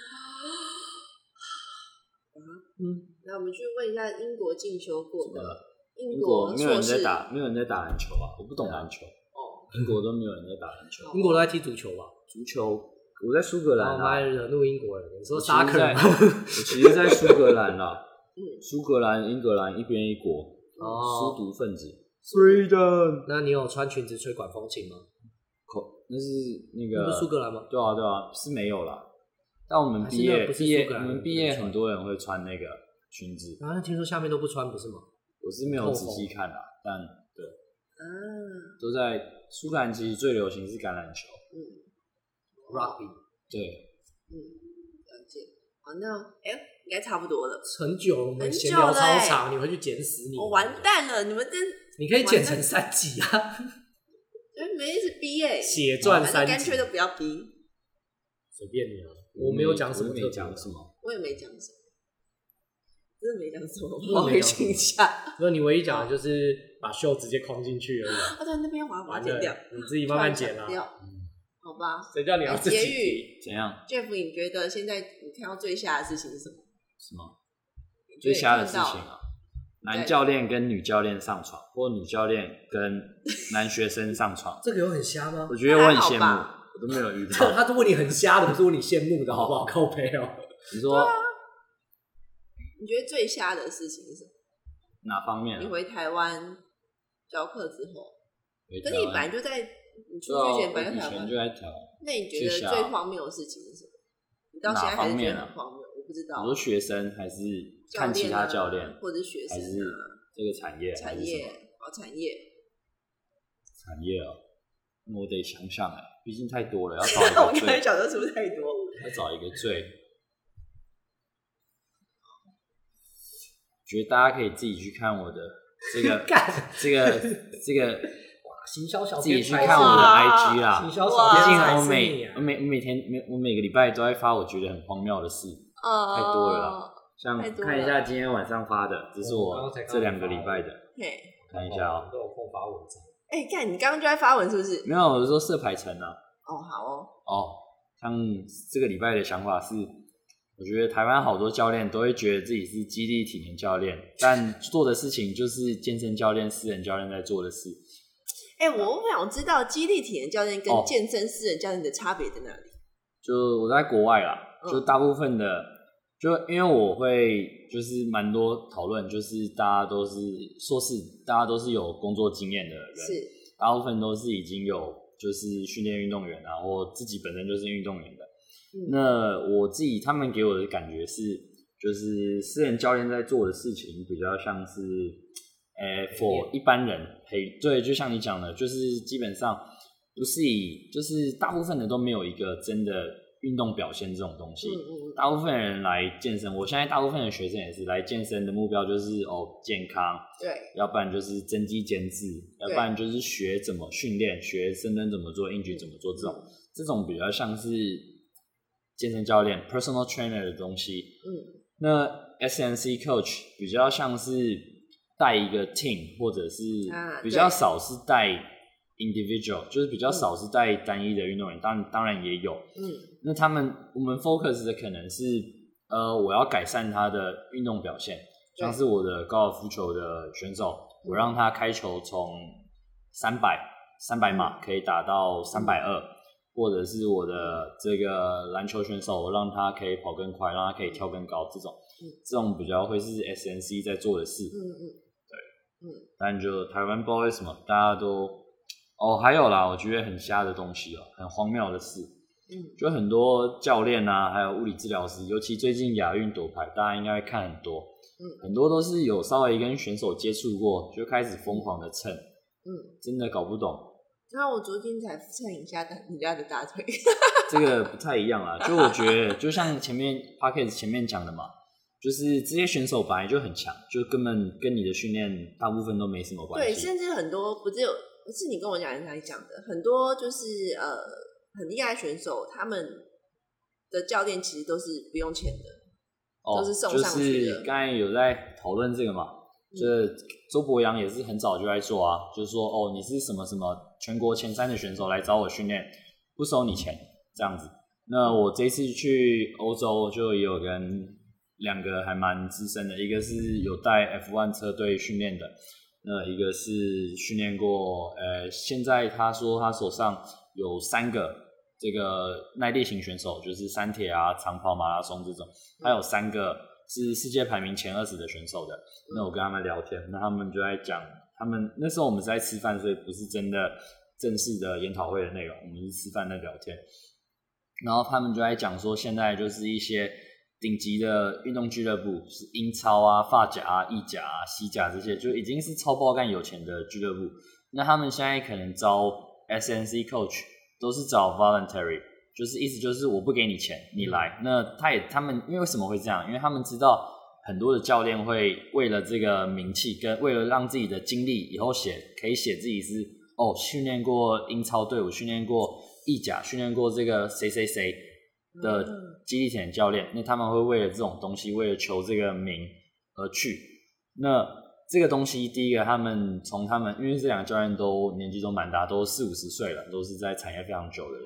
[SPEAKER 2] 啊，嗯，那我们去问一下英国进修过的。
[SPEAKER 3] 英国没有人在打，没有人在打篮球啊！我不懂篮球。哦，英国都没有人在打篮球。
[SPEAKER 4] 英国都在踢足球吧？
[SPEAKER 3] 足球，我在苏格兰啊。
[SPEAKER 4] 妈惹怒英国人，你说沙克吗？
[SPEAKER 3] 我其实在苏格兰啦。苏格兰、英格兰一边一国。哦。苏独分子。Freedom。
[SPEAKER 4] 那你有穿裙子吹管风琴吗？
[SPEAKER 3] 口，那是那个。
[SPEAKER 4] 那不是苏格兰吗？
[SPEAKER 3] 对啊，对啊，是没有啦。但我们毕业，毕业，我们毕业很多人会穿那个裙子。
[SPEAKER 4] 然后听说下面都不穿，不是吗？
[SPEAKER 3] 我是没有仔细看啦，但对，
[SPEAKER 2] 啊，
[SPEAKER 3] 都在苏格兰其实最流行是橄榄球，
[SPEAKER 2] 嗯
[SPEAKER 4] ，rugby，
[SPEAKER 3] 对，
[SPEAKER 2] 嗯，了解。好，那哎、欸，应该差不多了。
[SPEAKER 4] 很久了，我们闲聊超长，你回去剪死你！
[SPEAKER 2] 我完蛋了，你们真，
[SPEAKER 4] 你可以剪成三集啊！
[SPEAKER 2] 哎，没意思逼哎，
[SPEAKER 4] 血赚三集，
[SPEAKER 2] 干脆都不要逼，
[SPEAKER 4] 随便你啊！我没有讲什么，
[SPEAKER 3] 没讲什么，
[SPEAKER 2] 我也没讲什么。真的没讲什么，我回听一下。
[SPEAKER 4] 那你唯一讲的就是把秀直接框进去而已。
[SPEAKER 2] 啊，对，那边我要把它剪掉，
[SPEAKER 4] 你自己慢慢剪啦。
[SPEAKER 2] 好吧。 吧。
[SPEAKER 4] 谁叫你要自己
[SPEAKER 2] 结语
[SPEAKER 3] 怎样
[SPEAKER 2] ？Jeff， 你觉得现在你看到最瞎的事情是什么？
[SPEAKER 3] 什么最瞎的事情啊？男教练跟女教练上床，或女教练跟男学生上床，
[SPEAKER 4] 这个有很瞎吗？
[SPEAKER 3] 我觉得我很羡慕，我都没有遇到。
[SPEAKER 4] 他是问你很瞎的，不是问你羡慕的，好不好？靠背哦。
[SPEAKER 3] 你说、啊，
[SPEAKER 2] 你觉得最瞎的事情是什么？
[SPEAKER 3] 哪方面、啊？
[SPEAKER 2] 你回台湾教课之后，可是你本来就在你出去前本来就台湾，
[SPEAKER 3] 以前就在台湾。
[SPEAKER 2] 那你觉得最荒谬的事情是什么？你到现在还是觉得很荒谬？我不知道。
[SPEAKER 3] 你说学生还是看其他教练，
[SPEAKER 2] 或者学生、啊、
[SPEAKER 3] 还是这个产业？
[SPEAKER 2] 产业哦，产业，
[SPEAKER 3] 产业哦，我得想想哎，毕竟太多了，要找一个
[SPEAKER 2] 我刚才讲的是不是太多？
[SPEAKER 3] 要找一个最，觉得大家可以自己去看我的这个这个这个。
[SPEAKER 4] 行销小编
[SPEAKER 3] 自己去看我的 I G 啦，
[SPEAKER 4] 行销小编
[SPEAKER 3] 毕竟我每我每我每天每我每个礼拜都在发我觉得很荒谬的事，
[SPEAKER 2] 呃、
[SPEAKER 3] 太多了啦。像看一下今天晚上发的，这是我这两个礼拜的，看一下哦、
[SPEAKER 4] 喔。都有空发文章。
[SPEAKER 2] 哎、欸，看你刚刚就在发文是不是？
[SPEAKER 3] 没有，我是说色排程啊。
[SPEAKER 2] 哦，好哦。
[SPEAKER 3] 哦，像这个礼拜的想法是，我觉得台湾好多教练都会觉得自己是肌力体能教练，但做的事情就是健身教练、私人教练在做的事。
[SPEAKER 2] 哎、欸，我想知道肌力体能教练跟健身私人教练的差别在哪里？
[SPEAKER 3] 就我在国外啦，
[SPEAKER 2] 嗯、
[SPEAKER 3] 就大部分的，就因为我会就是蛮多讨论，就是大家都是硕士，大家都是有工作经验的人，
[SPEAKER 2] 是
[SPEAKER 3] 大部分都是已经有就是训练运动员啊，或自己本身就是运动员的。嗯、那我自己他们给我的感觉是，就是私人教练在做的事情比较像是。诶 ，for 一般人陪对，就像你讲的，就是基本上不是以，就是大部分的都没有一个真的运动表现这种东西。嗯嗯。大部分人来健身，我现在大部分的学生也是来健身的目标就是哦健康，
[SPEAKER 2] 对，
[SPEAKER 3] 要不然就是增肌减脂，要不然就是学怎么训练，学深蹲怎么做，硬举怎么做，这种、嗯、这种比较像是健身教练 personal trainer 的东西。嗯。那 S N C coach 比较像是。带一个 team 或者是比较少是带 individual，、啊、就是比较少是带单一的运动员，当当然也有。嗯，那他们我们 focus 的可能是呃，我要改善他的运动表现，像是我的高尔夫球的选手，我让他开球从三百三百码可以打到三百二，或者是我的这个篮球选手，我让他可以跑更快，让他可以跳更高，这种、嗯、这种比较会是 S N C 在做的事。嗯嗯。嗯，但就台湾不知道为什么大家都哦，还有啦，我觉得很瞎的东西哦，很荒谬的事。嗯，就很多教练啊，还有物理治疗师，尤其最近亚运夺牌，大家应该会看很多。嗯，很多都是有稍微跟选手接触过，就开始疯狂的蹭。嗯，真的搞不懂。
[SPEAKER 2] 那我昨天才蹭一下你家的大腿。
[SPEAKER 3] 这个不太一样啦，就我觉得，就像前面 Podcast 前面讲的嘛。就是这些选手本来就很强，就根本跟你的训练大部分都没什么关系。
[SPEAKER 2] 对，甚至很多不是有不是你跟我讲人才讲的，很多就是呃很厉害的选手，他们的教练其实都是不用钱的，
[SPEAKER 3] 哦、
[SPEAKER 2] 都是送上去的。
[SPEAKER 3] 就是刚才有在讨论这个嘛，嗯、就是周伯阳也是很早就在做啊，就是说哦你是什么什么全国前三的选手来找我训练，不收你钱这样子。那我这次去欧洲就也有跟。两个还蛮资深的，一个是有带 F 一 车队训练的，那一个是训练过，呃，现在他说他手上有三个这个耐力型选手，就是三铁啊、长跑、马拉松这种，还有三个是世界排名前二十的选手的。那我跟他们聊天，那他们就在讲，他们那时候我们是在吃饭，所以不是真的正式的研讨会的内容，我们是吃饭在聊天，然后他们就在讲说，现在就是一些。顶级的运动俱乐部是英超啊、法甲啊、意甲啊、西甲这些，就已经是超爆干有钱的俱乐部。那他们现在可能招 S N C coach 都是找 voluntary， 就是意思就是我不给你钱，你来。嗯、那他也他们因为为什么会这样？因为他们知道很多的教练会为了这个名气，跟为了让自己的经历以后写可以写自己是哦训练过英超队伍，训练过意甲，训练过这个谁谁谁。的肌力体能教练，那他们会为了这种东西，为了求这个名而去。那这个东西，第一个，他们从他们，因为这两个教练都年纪都蛮大，都四五十岁了，都是在产业非常久的人。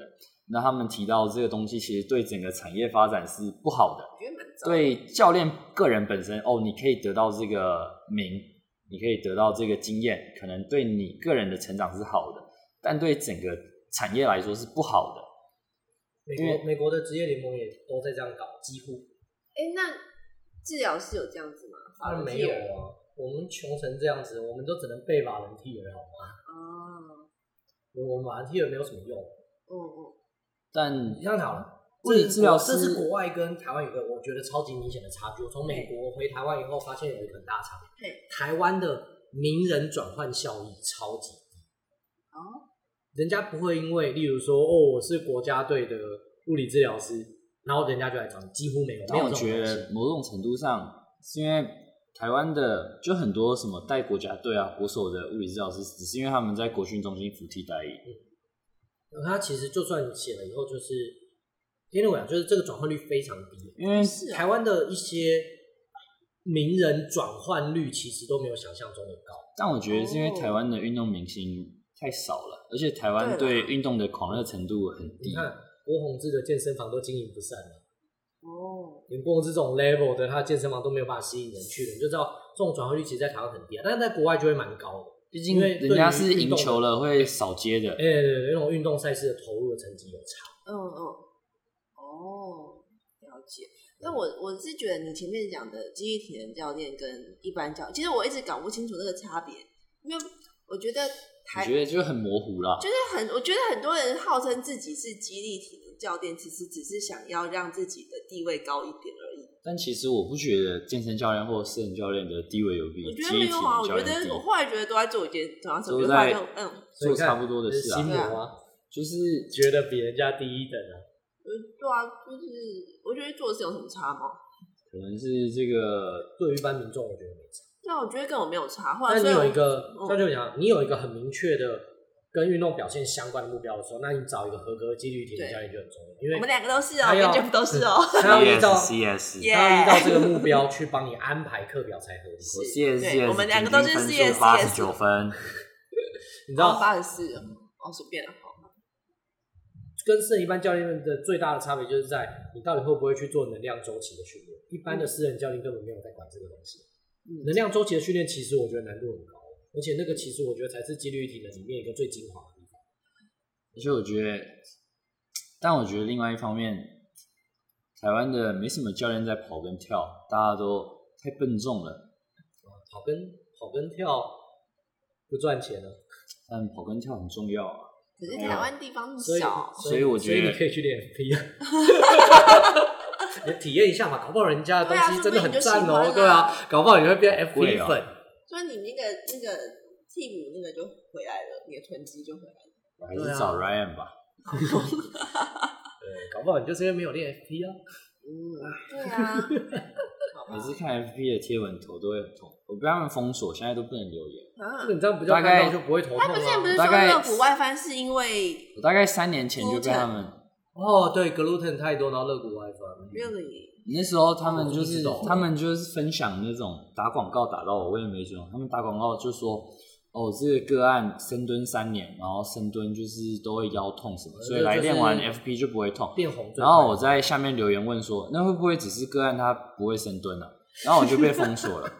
[SPEAKER 3] 那他们提到这个东西其实对整个产业发展是不好的，
[SPEAKER 2] 我觉得蛮糟的。
[SPEAKER 3] 对教练个人本身哦，你可以得到这个名，你可以得到这个经验，可能对你个人的成长是好的，但对整个产业来说是不好的。
[SPEAKER 4] 美国美国的职业联盟也都在这样搞，几乎。
[SPEAKER 2] 哎，那治疗师有这样子吗？
[SPEAKER 4] 当然没有啊，我们穷成这样子，我们都只能背volunteer好吗？
[SPEAKER 2] 哦，
[SPEAKER 4] 我们volunteer没有什么用。
[SPEAKER 2] 嗯嗯。
[SPEAKER 3] 但
[SPEAKER 4] 你这样好了，
[SPEAKER 3] 物理治疗师
[SPEAKER 4] 这是国外跟台湾有个我觉得超级明显的差距。我从美国回台湾以后，发现有一个很大的差别。台湾的名人转换效益超级低。
[SPEAKER 2] 哦。
[SPEAKER 4] 人家不会因为，例如说，哦，我是国家队的物理治疗师，然后人家就来找你，几乎没有。
[SPEAKER 3] 但我觉得某种程度上是因为台湾的就很多什么带国家队啊、国手的物理治疗师，只是因为他们在国训中心服替代役。
[SPEAKER 4] 嗯他其实就算你写了以后，就是因为我讲，就是这个转换率非常低，
[SPEAKER 3] 因为
[SPEAKER 4] 台湾的一些名人转换率其实都没有想象中的高。
[SPEAKER 3] 但我觉得是因为台湾的运动明星太少了，而且台湾对运动的狂热程度很低。
[SPEAKER 4] 你看郭泓志的健身房都经营不善了，
[SPEAKER 2] 哦，
[SPEAKER 4] 连郭泓志这种 level 的，他的健身房都没有办法吸引人去了，你就知道这种转换率其实在台湾很低啊，但是在国外就会蛮高的。
[SPEAKER 3] 毕竟人家是赢球了会扫街的，
[SPEAKER 4] 哎、欸，对对对，那种运动赛事的投入的成绩有差。
[SPEAKER 2] 嗯嗯，哦，了解。那我我是觉得你前面讲的肌力体能教练跟一般教练，其实我一直搞不清楚这个差别，因为我觉得台，
[SPEAKER 3] 我觉得就很模糊啦。
[SPEAKER 2] 就是很，我觉得很多人号称自己是肌力体能教练，其实只是想要让自己的地位高一点而已。
[SPEAKER 3] 但其实我不觉得健身教练或私人教练的地位有比
[SPEAKER 2] 我觉得没有啊，我觉得我后来觉得都在做一件同样什么，
[SPEAKER 3] 都在
[SPEAKER 2] 嗯
[SPEAKER 3] 做差不多的事啊，
[SPEAKER 4] 心魔啊，
[SPEAKER 3] 就是
[SPEAKER 4] 觉得比人家低一等啊。
[SPEAKER 2] 对啊，就是我觉得做的事有什么差吗？
[SPEAKER 3] 可能是这个
[SPEAKER 4] 对于一般民众，我觉得没差。
[SPEAKER 2] 对啊，我觉得跟我没有差。后来
[SPEAKER 4] 但你有一个，像就讲，你有一个很明确的跟运动表现相关的目标的时候，那你找一个合格的肌力体能教练就很重要，因为
[SPEAKER 2] 我们两个都是哦，跟 Jeff 都是哦。
[SPEAKER 4] 他要依照
[SPEAKER 3] C S，
[SPEAKER 4] 他要依照这个目标去帮你安排课表才合理。
[SPEAKER 3] 我 C S，
[SPEAKER 2] 对，我们两个都是 C S，
[SPEAKER 3] 八十九分，
[SPEAKER 4] 你知道
[SPEAKER 2] 八十四哦，随便了。
[SPEAKER 4] 跟私人一般教练的最大的差别就是在你到底会不会去做能量周期的训练。一般的私人教练根本没有在管这个东西。嗯、能量周期的训练其实我觉得难度很高，而且那个其实我觉得才是肌力体能里面一个最精华的地方。
[SPEAKER 3] 而且我觉得，但我觉得另外一方面，台湾的没什么教练在跑跟跳，大家都太笨重了。
[SPEAKER 4] 跑跟跑跟跳不赚钱了，
[SPEAKER 3] 但跑跟跳很重要啊。
[SPEAKER 2] 可是台湾地方那么小，
[SPEAKER 3] 所以我觉得
[SPEAKER 4] 所以你可以去练 F P 啊，你体验一下嘛，搞不好人家的东西真的很赞哦、喔，对啊，搞不好你会变 F P 粉。
[SPEAKER 2] 所以你那个那个替补那个就回来了，你的囤积就回来了。
[SPEAKER 3] 我还是找 Ryan 吧。
[SPEAKER 4] 对，搞不好你就是因为没有练 F P 啊。
[SPEAKER 2] 嗯，对啊。
[SPEAKER 3] 每次看 F P 的贴文头都会很痛，我被他们封锁，现在都不能留言。
[SPEAKER 2] 啊，
[SPEAKER 4] 你这样不叫看到就不会头痛吗？
[SPEAKER 2] 他们现在不是说乐谷外翻是因为
[SPEAKER 3] 我大概三年前就被他们
[SPEAKER 4] 哦，对 gluten 太多，然后乐谷外翻。
[SPEAKER 2] Really？
[SPEAKER 3] 那时候他们就是、哦、他们就是分享那种打广告打到我，我也没准。他们打广告就说哦，这个个案深蹲三年，然后深蹲就是都会腰痛什么，所以来练完 F P 就不会痛。
[SPEAKER 4] 变红。
[SPEAKER 3] 然后我在下面留言问说，那会不会只是个案他不会深蹲啊？然后我就被封锁了。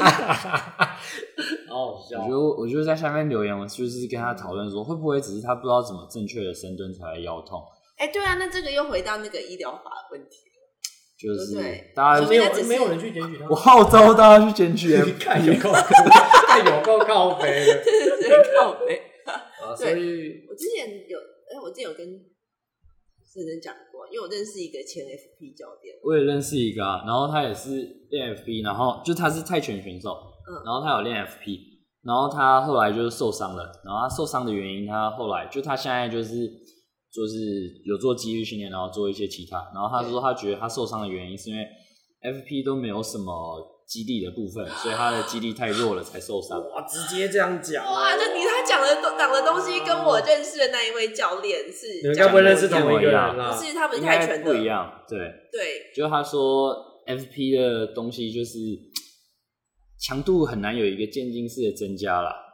[SPEAKER 4] 好好笑。
[SPEAKER 3] 我就我就在下面留言，我就是跟他讨论说，会不会只是他不知道怎么正确的深蹲才会腰痛？
[SPEAKER 2] 哎、欸，对啊，那这个又回到那个医疗法的问题了。
[SPEAKER 3] 就是
[SPEAKER 2] 对
[SPEAKER 3] 大家
[SPEAKER 4] 没有没有人去检举他，
[SPEAKER 3] 我号召大家去检举 F P，
[SPEAKER 4] 看有够看有够靠北的，
[SPEAKER 2] 对对对，靠北
[SPEAKER 4] 啊！所以
[SPEAKER 2] 我之前有，哎、欸，我之前有跟深深讲过，因为我认识一个前 F P 教练，
[SPEAKER 3] 我也认识一个啊，然后他也是练 F P， 然后就他是泰拳选手，嗯，然后他有练 F P， 然后他后来就是受伤了，然后他受伤的原因，他后来就他现在就是。就是有做肌力训练，然后做一些其他，然后他说他觉得他受伤的原因是因为 F P 都没有什么肌力的部分，所以他的肌力太弱了才受伤。
[SPEAKER 4] 哇，直接这样讲！
[SPEAKER 2] 哇，就你他讲的讲的东西跟我认识的那一位教练是，
[SPEAKER 4] 你们该不会认识同一个人啦？
[SPEAKER 2] 不是，他不是泰拳的，
[SPEAKER 3] 不一样。对
[SPEAKER 2] 对，
[SPEAKER 3] 就他说 F P 的东西就是强度很难有一个渐进式的增加啦。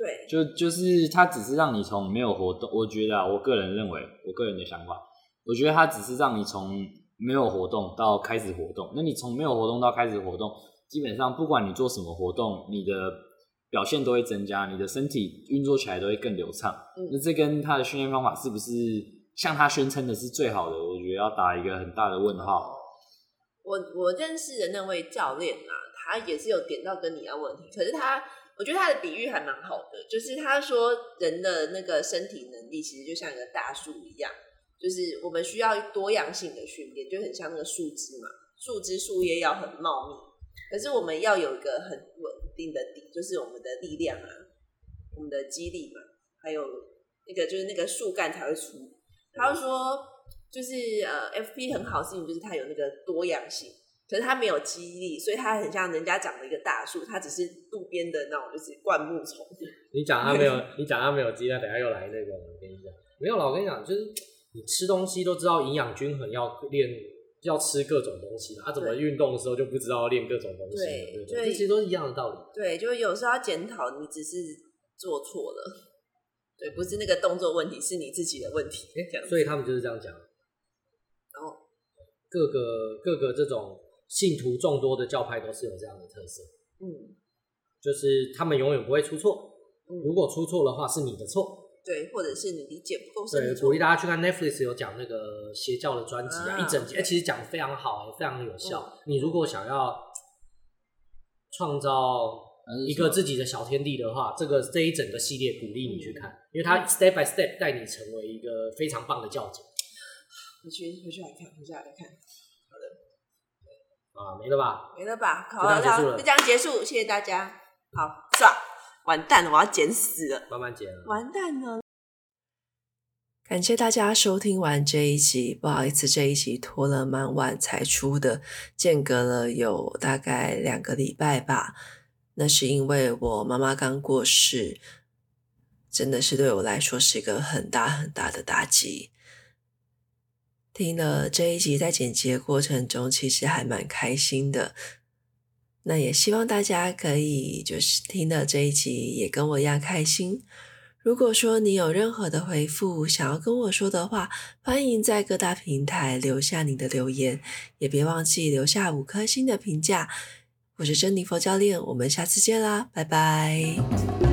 [SPEAKER 2] 对，
[SPEAKER 3] 就就是它只是让你从没有活动，我觉得啊，我个人认为，我个人的想法，我觉得它只是让你从没有活动到开始活动。那你从没有活动到开始活动，基本上不管你做什么活动，你的表现都会增加，你的身体运作起来都会更流畅。嗯、那这跟他的训练方法是不是像他宣称的是最好的？我觉得要打一个很大的问号。
[SPEAKER 2] 我我认识的那位教练啊，他也是有点到跟你的问题，可是他我觉得他的比喻还蛮好的，就是他说人的那个身体能力其实就像一个大树一样，就是我们需要多样性的训练，就很像那个树枝嘛，树枝树叶要很茂密，可是我们要有一个很稳定的底，就是我们的力量啊，我们的肌力嘛，还有那个就是那个树干才会出。他说就是呃 F P 很好的事情就是它有那个多样性，可是它没有肌力，所以它很像人家长的一个大树，它只是路边的那种就是灌木丛。
[SPEAKER 4] 你讲它没有，你讲它没有肌力，等一下又来那个，我跟你讲没有啦，我跟你讲，就是你吃东西都知道营养均衡，要练要吃各种东西嘛，啊，怎么运动的时候就不知道练各种东西，对对对，这其实都是一样的道理。
[SPEAKER 2] 对，就是有时候要检讨，你只是做错了，对，不是那个动作问题，是你自己的问题。这样，
[SPEAKER 4] 所以他们就是这样讲。
[SPEAKER 2] 然后
[SPEAKER 4] 各个各个这种信徒众多的教派都是有这样的特色，
[SPEAKER 2] 嗯，
[SPEAKER 4] 就是他们永远不会出错，
[SPEAKER 2] 嗯，
[SPEAKER 4] 如果出错的话是你的错，
[SPEAKER 2] 对，或者是你理解不够深。
[SPEAKER 4] 对，鼓励大家去看 Netflix 有讲那个邪教的专辑啊，啊一整集，欸，其实讲得非常好，欸，非常有效。嗯，你如果想要创造一个自己的小天地的话，这个这一整个系列鼓励你去看，因为它 step by step 带你成为一个非常棒的教主。
[SPEAKER 2] 回去回去来看，回去来看。好的，
[SPEAKER 4] 啊，没了吧？
[SPEAKER 2] 没了吧？好，
[SPEAKER 4] 就这样结束了，
[SPEAKER 2] 就这样结束，谢谢大家。好，刷，完蛋了，我要剪死了，
[SPEAKER 4] 慢慢剪了，
[SPEAKER 2] 完蛋了。
[SPEAKER 1] 感谢大家收听完这一集，不好意思，这一集拖了蛮晚才出的，间隔了有大概两个礼拜吧。那是因为我妈妈刚过世，真的是对我来说是一个很大很大的打击。听了这一集在剪辑的过程中，其实还蛮开心的。那也希望大家可以就是听了这一集也跟我一样开心。如果说你有任何的回复想要跟我说的话，欢迎在各大平台留下你的留言，也别忘记留下五颗星的评价。我是珍妮佛教练，我们下次见啦，拜拜。